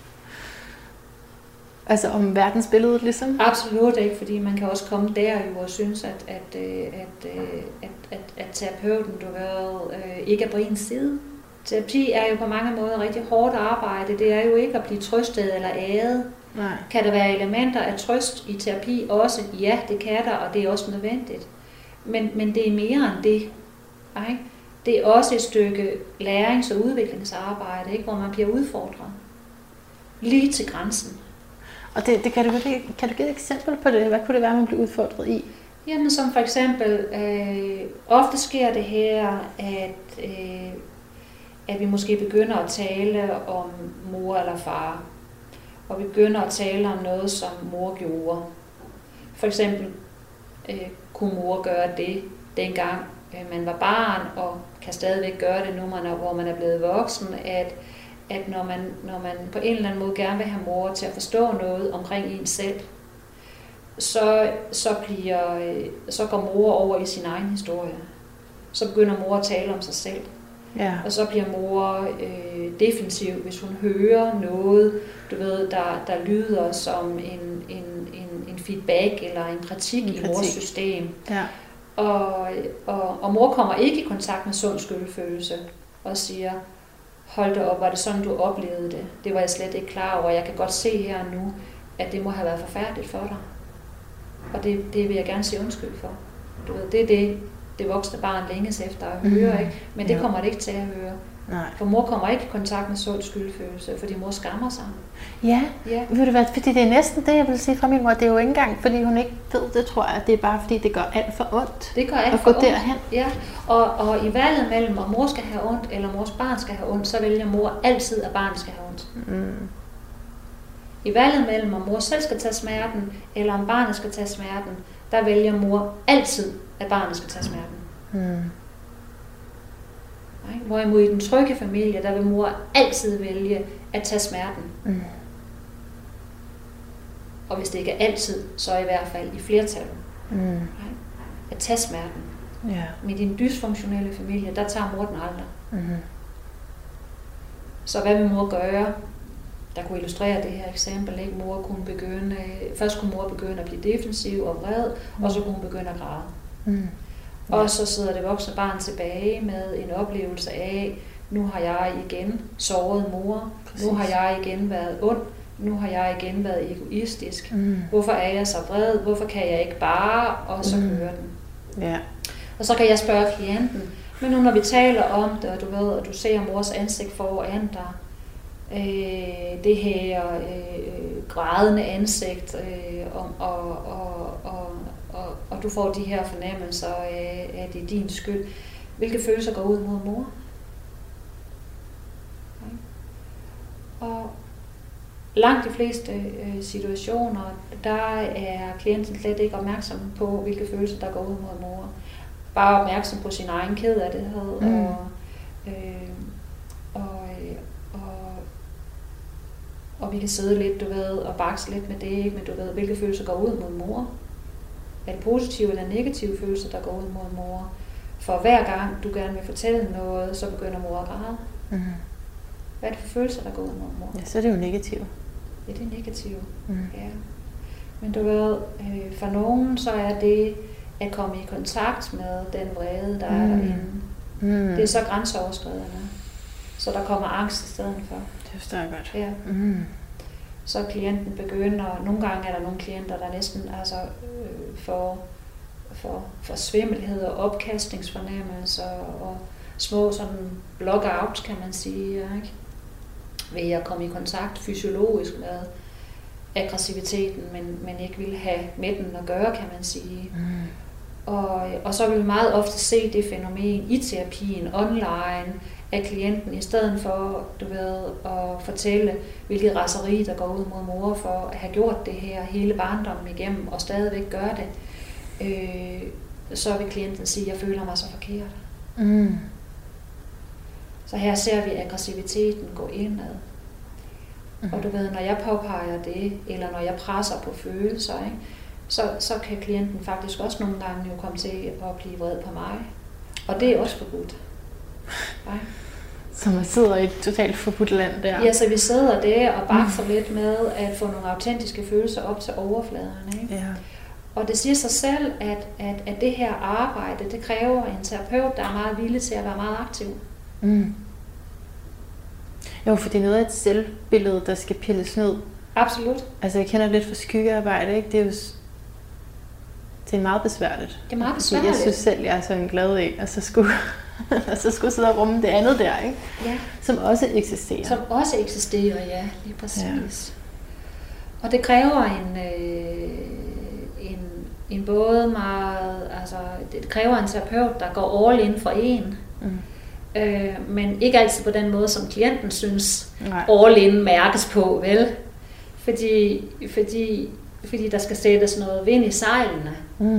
Altså om verdensbilledet ligesom? Absolut ikke, fordi man kan også komme der jo og synes, at, at, at, at, at, at terapeuten du ved, ikke er på ens side. Terapi er jo på mange måder rigtig hårdt arbejde. Det er jo ikke at blive trøstet eller æret. Nej. Kan der være elementer af trøst i terapi også? Ja, det kan der, og det er også nødvendigt. Men, men det er mere end det. Ikke? Det er også et stykke lærings- og udviklingsarbejde, ikke? Hvor man bliver udfordret. Lige til grænsen. Og det, det kan, du, kan du give et eksempel på det? Hvad kunne det være, man bliver udfordret i? Jamen som for eksempel, øh, ofte sker det her, at, øh, at vi måske begynder at tale om mor eller far. Og vi begynder at tale om noget, som mor gjorde. For eksempel øh, kunne mor gøre det dengang øh, man var barn, og kan stadigvæk gøre det nu, man er, hvor man er blevet voksen, at, at når, man, når man på en eller anden måde gerne vil have mor til at forstå noget omkring en selv, så, så, bliver, øh, så går mor over i sin egen historie. Så begynder mor at tale om sig selv. Ja. Og så bliver mor øh, defensiv, hvis hun hører noget, du ved, der, der lyder som en, en, en, en feedback eller en kritik, en kritik. i mors system. Ja. Og, og, og mor kommer ikke i kontakt med sund skyldfølelse og siger, hold da op, var det sådan, du oplevede det? Det var jeg slet ikke klar over. Jeg kan godt se her nu, at det må have været forfærdeligt for dig. Og det, det vil jeg gerne sige undskyld for. Du ved, det er det, det voksne barn længes efter at høre, mm. ikke? Men det ja. kommer det ikke til at høre. Nej. For mor kommer ikke i kontakt med sund skyldfølelse, fordi mor skammer sig. Ja, ja. Ved du hvad, fordi det er næsten det, jeg vil sige fra min mor. Det er jo ikke engang, fordi hun ikke ved det, tror jeg. Det er bare, fordi det gør alt for ondt. Det gør alt for ondt. Derhen. Ja, og, og i valget mellem, om mor skal have ondt, eller mors barn skal have ondt, så vælger mor altid, at barnet skal have ondt. Mm. I valget mellem, om mor selv skal tage smerten, eller om barnet skal tage smerten, der vælger mor altid, at barnet skal tage smerten. Mm. Hvorimod i den trygge familie, der vil mor altid vælge at tage smerten. Mm. Og hvis det ikke er altid, så i hvert fald i flertallet. Mm. At tage smerten. Yeah. Men i din dysfunktionelle familie, der tager mor den aldrig. Mm. Så hvad vil mor gøre? Der kunne illustrere det her eksempel, ikke? Mor kunne begynde, først kunne mor begynde at blive defensiv og vred, mm. og så kunne hun begynde at græde. Mm. Ja. Og så sidder det voksne barn tilbage med en oplevelse af, nu har jeg igen såret mor, Præcis. Nu har jeg igen været ond, nu har jeg igen været egoistisk. Mm. Hvorfor er jeg så vred? Hvorfor kan jeg ikke bare? Og så kører mm. den. Ja. Og så kan jeg spørge klienten, men nu når vi taler om det, og du ved, og du ser mors ansigt foran dig, øh, det her øh, grædende ansigt, øh, og, og, og, og Og, og du får de her fornemmelser af, at det er din skyld. Hvilke følelser går ud mod mor? Okay. Og langt de fleste øh, situationer, der er klienten slet ikke opmærksom på, hvilke følelser der går ud mod mor. Bare opmærksom på sin egen kederlighed. Mm. Og, øh, og, og, og vi kan sidde lidt, du ved, og bakse lidt med det, men du ved, hvilke følelser går ud mod mor. Er det positive eller negative følelser, der går ud mod mor? For hver gang du gerne vil fortælle noget, så begynder mor at græde. Mm. Hvad er det for følelser, der går ud mod mor? Ja, så er det jo negative. Ja, det er negative. Mm. Ja. Men du ved, øh, for nogen så er det at komme i kontakt med den vrede, der mm. er derinde. Mm. Det er så grænseoverskridende. Så der kommer angst i stedet for. Det forstår jeg godt. Ja. Mm. Så klienten begynder, nogle gange er der nogle klienter, der næsten altså, øh, får, får, får svimmelhed og opkastningsfornemmelser og små sådan block-out, kan man sige, ikke? Ved at komme i kontakt fysiologisk med aggressiviteten, men, men ikke vil have med den at gøre, kan man sige. Mm. Og, og så vil vi meget ofte se det fænomen i terapien online, af klienten, i stedet for, du ved, at fortælle, hvilket raseri, der går ud mod mor for at have gjort det her hele barndommen igennem, og stadigvæk gøre det, øh, så vil klienten sige, at jeg føler mig så forkert. Mm. Så her ser vi aggressiviteten gå indad. Mm. Og du ved, når jeg påpeger det, eller når jeg presser på følelser, ikke, så, så kan klienten faktisk også nogle gange jo komme til at blive vred på mig. Og det er også forbudt. Nej. Så man sidder i et totalt forbudt land der. Ja, så vi sidder der og bakser mm. lidt med at få nogle autentiske følelser op til overfladen. Ikke? Ja. Og det siger sig selv, at, at, at det her arbejde, det kræver en terapeut, der er meget villig til at være meget aktiv. Mm. Jo, for det er noget af et selvbillede, der skal pilles ned. Absolut. Altså jeg kender lidt for skyggearbejde, ikke? Det er jo det er meget besværligt. Det er meget besværligt. Jeg synes selv, jeg er sådan glad i, og så skulle, og så skulle sidde og rumme det andet der, ikke? Ja. Som også eksisterer. Som også eksisterer, ja, lige præcis. Ja. Og det kræver en, øh, en, en både meget, altså det kræver en terapeut, der går all in for en. Mm. Øh, men ikke altid på den måde, som klienten synes, Nej. all in mærkes på, vel? Fordi, fordi, fordi der skal sættes noget vind i sejlene. Mm.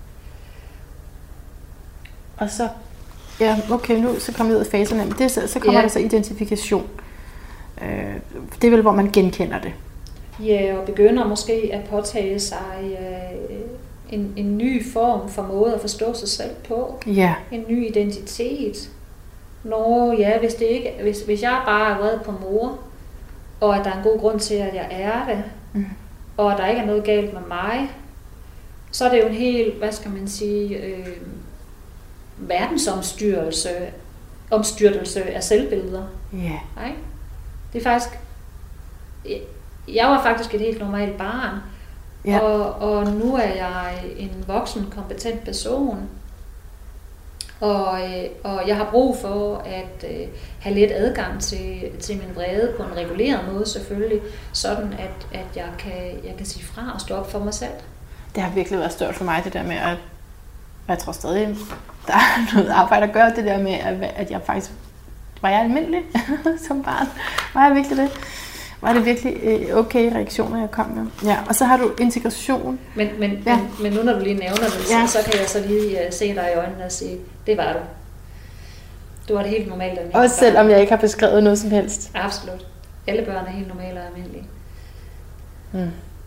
Og så, ja, okay, nu så kommer vi ud af faserne, men det, så, så kommer ja. der så identifikation. Øh, det er vel, hvor man genkender det. Ja, og begynder måske at påtage sig øh, en, en ny form for måde at forstå sig selv på. Ja. En ny identitet. Nå ja, hvis, det ikke, hvis, hvis jeg bare er vred på mor, og at der er en god grund til, at jeg er det, mm. og at der ikke er noget galt med mig, så er det jo en helt, hvad skal man sige, øh, verdensomstyrelse, omstyrtelse af selvbilleder. Yeah. Nej? Det er faktisk, jeg var faktisk et helt normalt barn, yeah. og, og nu er jeg en voksen, kompetent person, og, og jeg har brug for at øh, have let adgang til, til min vrede på en reguleret måde selvfølgelig, sådan at, at jeg, kan, jeg kan sige fra og stå op for mig selv. Det har virkelig været stort for mig, det der med at, jeg tror stadig, der er noget arbejde at gøre, det der med, at jeg faktisk, var jeg almindelig som barn? Var jeg virkelig det? Var det virkelig okay reaktioner, jeg kom med? Ja, og så har du integration. Men, men, ja. men, men nu når du lige nævner det, ja. så, så kan jeg så lige uh, se dig i øjnene og sige, det var du. Du var det helt normalt almindeligt. Også selvom jeg ikke har beskrevet noget som helst? Absolut. Alle børn er helt normale og almindelige. Hmm.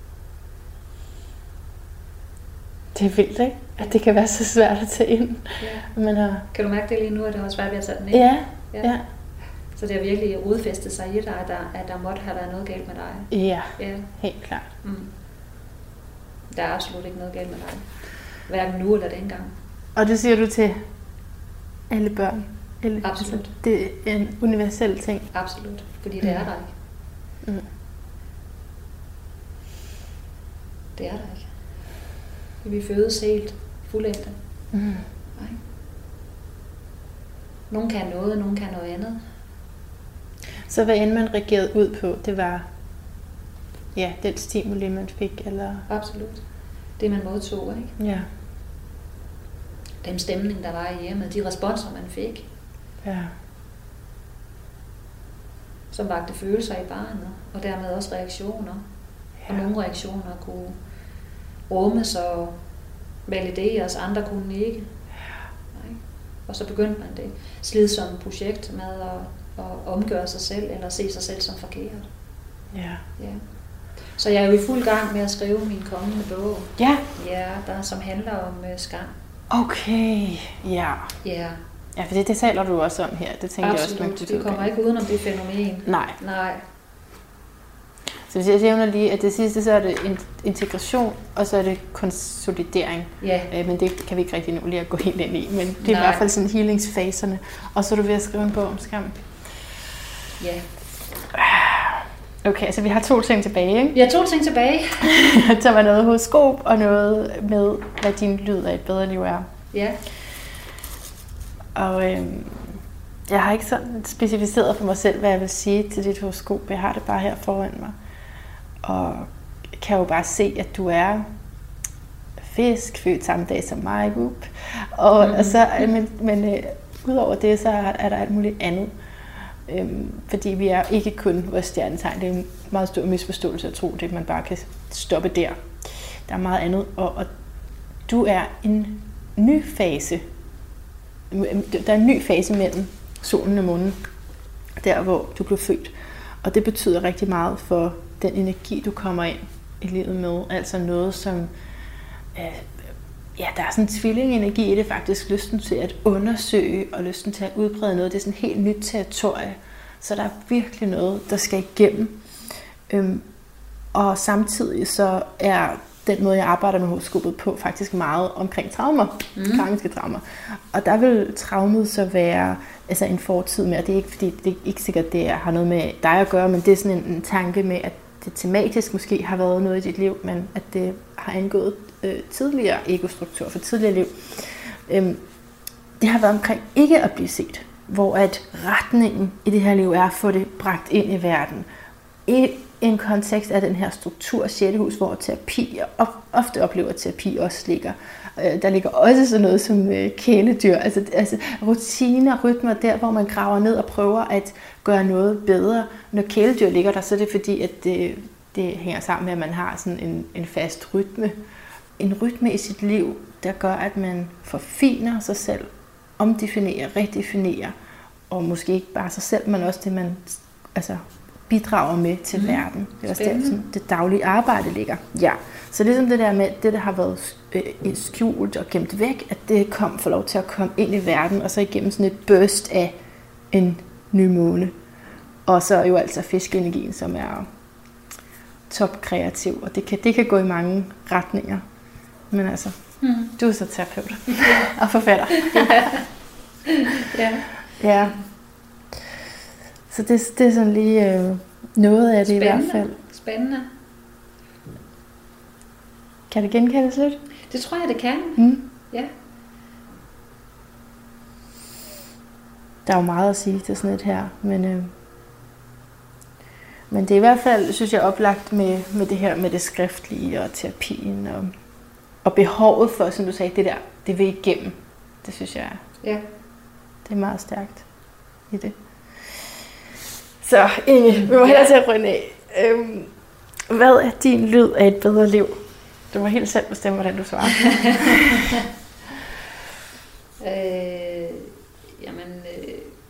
Det er vildt, ikke? At det kan være så svært at tage ind. Ja. Man har... Kan du mærke det lige nu, at det har svært ved at tage den ind? Ja, ja. ja. Så det har virkelig rodfæstet sig i dig, at der, at der måtte have været noget galt med dig? Ja, ja. Helt klart. Mm. Der er absolut ikke noget galt med dig. Hverken nu eller dengang. Og det siger du til alle børn? Alle, absolut. Altså, det er en universel ting? Absolut, fordi det er der ikke. Mm. Det er der ikke. Vi fødes helt fuldendte. Mm. Nej. Nogen kan noget, nogen kan noget andet. Så hvad end man reagerede ud på, det var ja, den stimuli, man fik? Eller? Absolut. Det, man modtog, ikke? Ja. Den stemning, der var i hjemmet, de responser, man fik. Ja. Som vagte følelser i barnet, og dermed også reaktioner. Ja. Og nogle reaktioner kunne rummes og valideres, andre kunne ikke. Ja. Og så begyndte man det slidsomme projekt med at at omgøre sig selv, eller se sig selv som forkert. Ja. Ja. Så jeg er jo i fuld gang med at skrive min kommende bog. Ja. Ja, der som handler om uh, skam. Okay, ja. Ja. Ja, for det, det taler du også om her. Det tænker absolut. Jeg også, man kunne du kommer ikke udenom det fænomen. Nej. Nej. Så hvis jeg nævner lige, at det sidste, så er det integration, og så er det konsolidering. Ja. Øh, men det kan vi ikke rigtig nå lige at gå helt ind i. Men det er Nej. i hvert fald sådan healingsfaserne. Og så er du ved at skrive en bog om skam. Ja. Okay, så vi har to ting tilbage, ikke? Vi har to ting tilbage. Der var noget horoskop og noget med, hvad din lyd af et bedre liv er. Ja. Og øhm, jeg har ikke sådan specificeret for mig selv, hvad jeg vil sige til dit horoskop. Jeg har det bare her foran mig. Og kan jo bare se, at du er fisk, født samme dag som mig. Whoop. Og, mm-hmm. og så, men, men øh, udover det, så er der alt muligt andet. Øhm, fordi vi er ikke kun vores stjernetegn. Det er en meget stor misforståelse at tro, det man bare kan stoppe der. Der er meget andet. Og, og du er en ny fase. Der er en ny fase mellem solen og månen. Der, hvor du blev født. Og det betyder rigtig meget for den energi, du kommer ind i livet med. Altså noget, som... Øh, ja, der er sådan en tvillingenergi i det faktisk. Lysten til at undersøge og lysten til at udbrede noget. Det er sådan et helt nyt territorie. Så der er virkelig noget, der skal igennem. Øhm, og samtidig så er den måde, jeg arbejder med horoskopet på, faktisk meget omkring traumer. Mm. Karmiske traumer. Og der vil traumet så være altså en fortid med, og det er ikke, fordi det er ikke sikkert, det har noget med dig at gøre, men det er sådan en, en tanke med, at det tematisk måske har været noget i dit liv, men at det har angået øh, tidligere egostruktur for tidligere liv. Øhm, det har været omkring ikke at blive set, hvor at retningen i det her liv er at få det bragt ind i verden. i en kontekst af den her struktur af sjette hus, hvor terapi, og ofte oplever terapi også ligger. Der ligger også sådan noget som kæledyr, altså, altså rutiner, rytmer, der hvor man graver ned og prøver at gøre noget bedre. Når kæledyr ligger der, så er det fordi, at det, det hænger sammen med, at man har sådan en, en fast rytme. En rytme i sit liv, der gør, at man forfiner sig selv, omdefinerer, redefinerer, og måske ikke bare sig selv, men også det, man altså, bidrager med til mm. verden. Det er også der, sådan, det daglige arbejde ligger. Ja. Så ligesom det der med, det der har været øh, skjult og gemt væk, at det kom for lov til at komme ind i verden, og så igennem sådan et burst af en ny måne. Og så jo altså fiskeenergien, som er topkreativ, og det kan, det kan gå i mange retninger. Men altså, mm. du er så terapeut og forfatter. Ja. Ja. Ja. Så det, det er sådan lige øh, noget af det. Spændende. I hvert fald. Spændende. Kan det genkendes lidt? Det tror jeg, det kan. Mm. Ja. Der er jo meget at sige til sådan et her, men, øh, men det er i hvert fald, synes jeg, oplagt med, med det her med det skriftlige og terapien og, og behovet for, som du sagde, det der, det vil igennem. Det synes jeg, ja. Det er meget stærkt i det. Så Inge, vi må hellere til at runde af. Øhm, hvad er din lyd af et bedre liv? Du må helt selv bestemme, hvordan du svarer. øh, jamen, øh,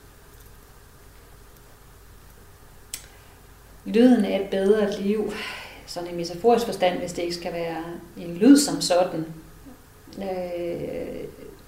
lyden af et bedre liv, sådan i metaforisk forstand, hvis det ikke skal være en lyd som sådan. Øh,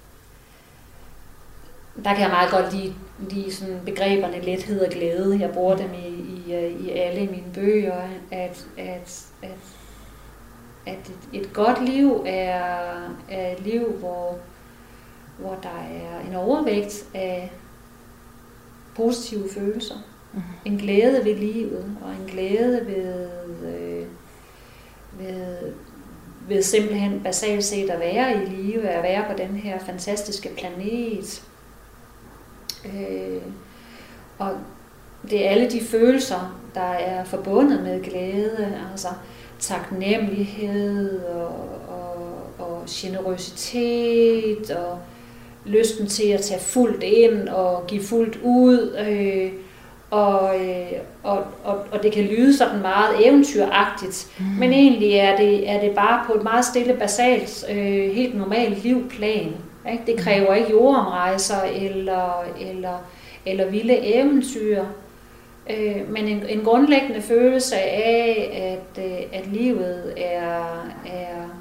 der kan jeg meget godt lide, lide sådan begreberne lethed og glæde. Jeg bruger dem i, i, i alle mine bøger, at, at, at at et, et godt liv er, er et liv, hvor, hvor der er en overvægt af positive følelser. Mm-hmm. En glæde ved livet, og en glæde ved, øh, ved, ved simpelthen basalt set at være i live, at være på den her fantastiske planet. Øh, og det er alle de følelser, der er forbundet med glæde, altså taknemmelighed og, og, og generøsitet og lysten til at tage fuldt ind og give fuldt ud. Øh, og, øh, og, og, og det kan lyde sådan meget eventyragtigt, mm. men egentlig er det, er det bare på et meget stille, basalt, øh, helt normalt livplan. Ikke? Det kræver ikke jordomrejser eller, eller, eller vilde eventyr. Men en, en grundlæggende følelse af, at, at livet er, er,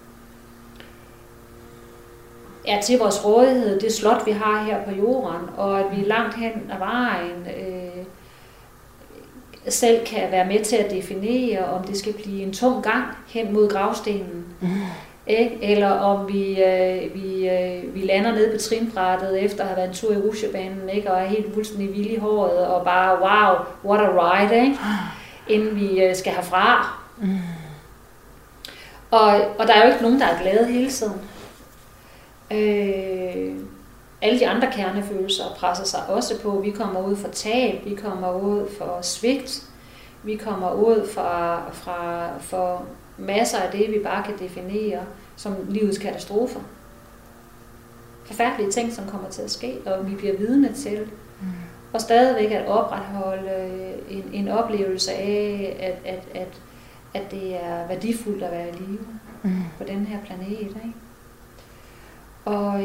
er til vores rådighed, det slot, vi har her på jorden, og at vi langt hen ad vejen øh, selv kan være med til at definere, om det skal blive en tung gang hen mod gravstenen. Mm. Ikke? Eller om vi, øh, vi, øh, vi lander ned på trinbrættet efter at have været en tur i rutsjebanen, ikke? Og er helt fuldstændig vild i håret og bare wow, what a ride, ikke? Inden vi øh, skal herfra. Mm. Og, og der er jo ikke nogen, der er glade hele tiden. Øh, alle de andre kernefølelser presser sig også på. Vi kommer ud for tab, vi kommer ud for svigt, vi kommer ud fra, fra, for masser af det, vi bare kan definere som livets katastrofer. Forfærdelige ting, som kommer til at ske, og vi bliver vidne til. Mm. Og stadigvæk at opretholde en, en oplevelse af, at, at, at, at det er værdifuldt at være i live mm. på den her planet. Ikke? Og,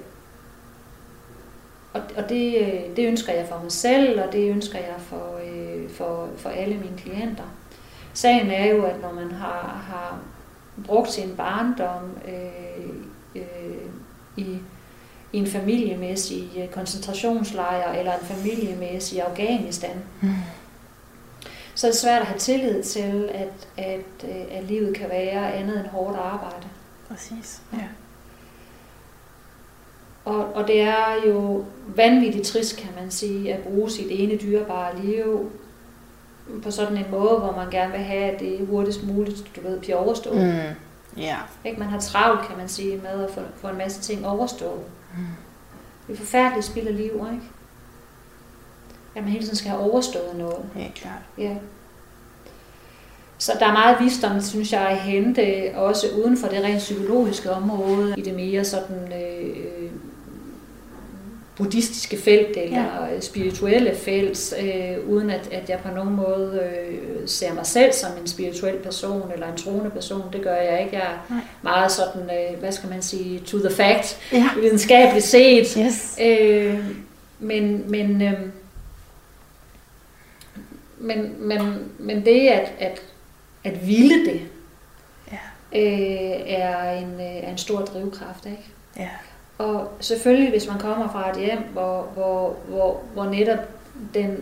og, og det, det ønsker jeg for mig selv, og det ønsker jeg for, for, for alle mine klienter. Sagen er jo, at når man har, har brugt sin barndom øh, øh, i, i en familiemæssig koncentrationslejr eller en familiemæssig Afghanistan, mm. så er det svært at have tillid til, at, at, at livet kan være andet end hårdt arbejde. Præcis, ja. Og, og det er jo vanvittigt trist, kan man sige, at bruge sit ene dyrebare liv på sådan en måde, hvor man gerne vil have det hurtigst muligt, du ved, bliver overstået. Mm. Yeah. Ikke? Man har travlt, kan man sige, med at få, få en masse ting overstået. Mm. Det er forfærdeligt spild af liv, ikke? At man hele tiden skal have overstået noget. Helt klart. Ja. Så der er meget visdom, synes jeg, at hente, også uden for det rent psykologiske område, i det mere sådan øh, buddhistiske felt eller ja. spirituelle felt, øh, uden at, at jeg på nogen måde øh, ser mig selv som en spirituel person eller en troende person. Det gør jeg ikke. Jeg er Nej. meget sådan, øh, hvad skal man sige, to the fact, ja. videnskabeligt set. Yes. Øh, men, men, øh, men, men, men det at, at, at ville det, ja. øh, er, en, er en stor drivkraft, ikke? Ja. Og selvfølgelig, hvis man kommer fra et hjem, hvor, hvor, hvor, hvor netop den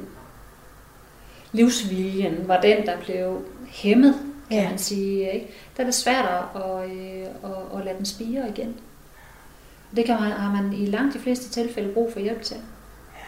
livsviljen var den, der blev hæmmet, kan ja. man sige, ikke? Der er det svært at, at, at, at lade den spire igen. Det kan man, har man i langt de fleste tilfælde brug for hjælp til. Ja.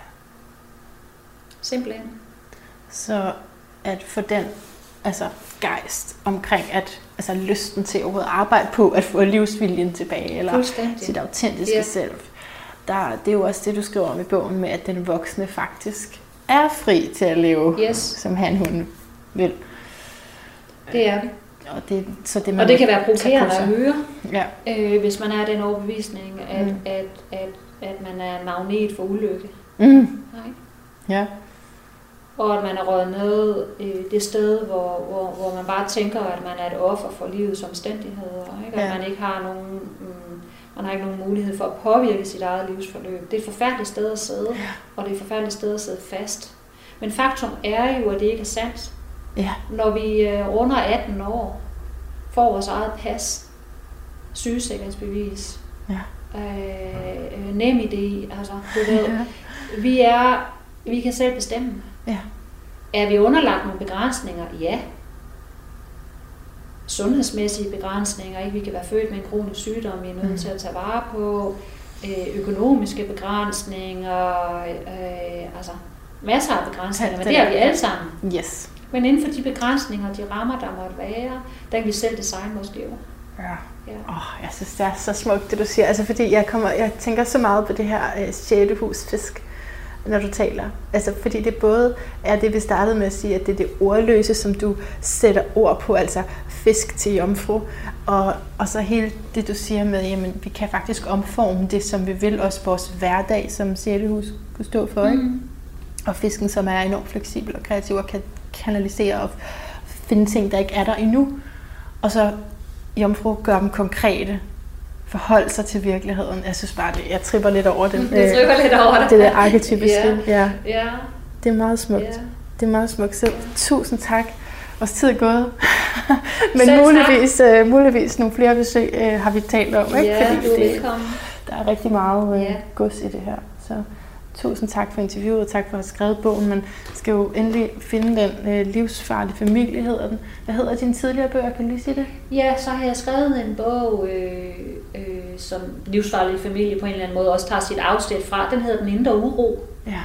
Simpelthen. Så at få den altså gejst omkring at altså lysten til at arbejde på at få livsviljen tilbage, eller sit autentiske yeah. selv. Der, det er jo også det, du skriver om i bogen, med at den voksne faktisk er fri til at leve, yes. som han hun vil. Det er det. Og det, så det, man og det kan være provokerende at høre, ja. øh, hvis man er den overbevisning, at, mm. at, at, at man er en magnet for ulykke. Mm. Nej. Ja. Og at man er røget ned i det sted, hvor, hvor, hvor man bare tænker, at man er et offer for livets omstændigheder. Ikke? At ja. man ikke har nogen, mm, man har ikke nogen mulighed for at påvirke sit eget livsforløb. Det er et forfærdeligt sted at sidde, ja. og det er et forfærdeligt sted at sidde fast. Men faktum er jo, at det ikke er sandt. Ja. Når vi runder atten år, får vores eget pas, sygesikringsbevis, ja. øh, nem idé, altså, du ved, ja. vi er, vi kan selv bestemme. Ja. Er vi underlagt nogle begrænsninger? Ja. Sundhedsmæssige begrænsninger, ikke? Vi kan være født med en kronisk sygdom, vi er nødt mm. til at tage vare på, øh, økonomiske begrænsninger, øh, altså masser af begrænsninger, men det er vi alle sammen. Yes. Men inden for de begrænsninger, de rammer, der måtte være, der kan vi selv designe vores liv. Ja. Ja. Oh, jeg synes, det er så smukt, det du siger. Altså, fordi jeg, kommer, jeg tænker så meget på det her øh, sjette hus fisk, når du taler. Altså, fordi det både er det, vi startede med at sige, at det er det ordløse, som du sætter ord på, altså fisk til jomfru, og, og så hele det, du siger med, jamen, vi kan faktisk omforme det, som vi vil, også vores hverdag, som sjette hus kunne stå for, ikke? Mm. Og fisken, som er enormt fleksibel og kreativ og kan kanalisere og finde ting, der ikke er der endnu. Og så jomfru gør dem konkrete, forholde sig til virkeligheden. Jeg synes bare, det, jeg tripper lidt over den. Det tripper lidt over det. Det der arketypiske. Ja. Ja. Ja. Det er meget smukt. Ja. Det er meget smukt. Så tusind tak. Vores tid er gået. Men muligvis, uh, muligvis nogle flere besøg uh, har vi talt om. Ikke? Ja, fordi du er det, velkommen. Der er rigtig meget uh, ja. gods i det her. Så tusind tak for interviewet, og tak for at have skrevet bogen. Man skal jo endelig finde den øh, livsfarlige familie, hedder den. Hvad hedder dine tidligere bøger? Kan du lige sige det? Ja, så har jeg skrevet en bog, øh, øh, som livsfarlig familie på en eller anden måde også tager sit afsæt fra. Den hedder Den Indre Uro. Ja.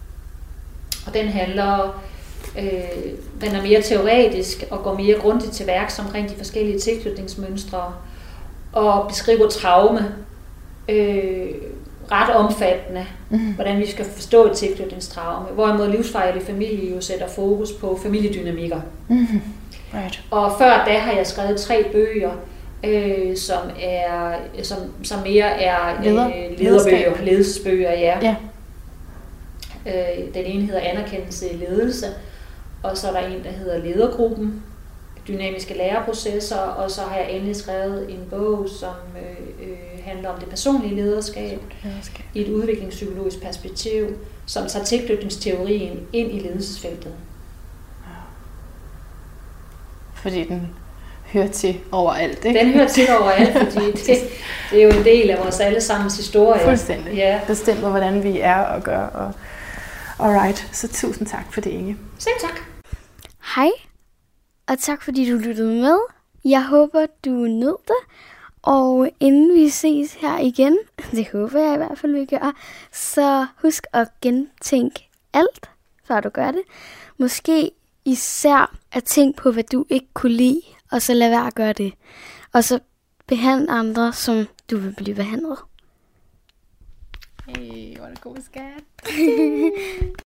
Og den handler, øh, den er mere teoretisk og går mere grundigt til værks omkring de forskellige tilknytningsmønstre og beskriver traume. Øh, ret omfattende, mm. hvordan vi skal forstå et tilknytningstraume, hvorimod livsfarlig familie jo sætter fokus på familiedynamikker. Mm. Right. Og før da har jeg skrevet tre bøger, øh, som er som, som mere er Leder. øh, lederbøger, ledelsesbøger, ja. Yeah. Øh, den ene hedder Anerkendelse i ledelse, og så er der en, der hedder Ledergruppen, dynamiske læreprocesser, og så har jeg endelig skrevet en bog, som øh, øh, handler om det personlige lederskab, lederskab i et udviklingspsykologisk perspektiv, som tager tilknytningsteorien ind i ledelsesfeltet. Ja. Fordi den hører til overalt, ikke? Den hører til overalt, fordi det, det er jo en del af vores allesammens historie. Fuldstændig. Ja. Bestemmer, hvordan vi er og gør. Og alright, så tusind tak for det, Inge. Selv tak. Hej. Og tak fordi du lyttede med. Jeg håber, du nød det. Og inden vi ses her igen, det håber jeg i hvert fald, vi gør, så husk at gentænke alt, før du gør det. Måske især at tænke på, hvad du ikke kunne lide, og så lad være at gøre det. Og så behandle andre, som du vil blive behandlet. Hey, hvor er det god skat.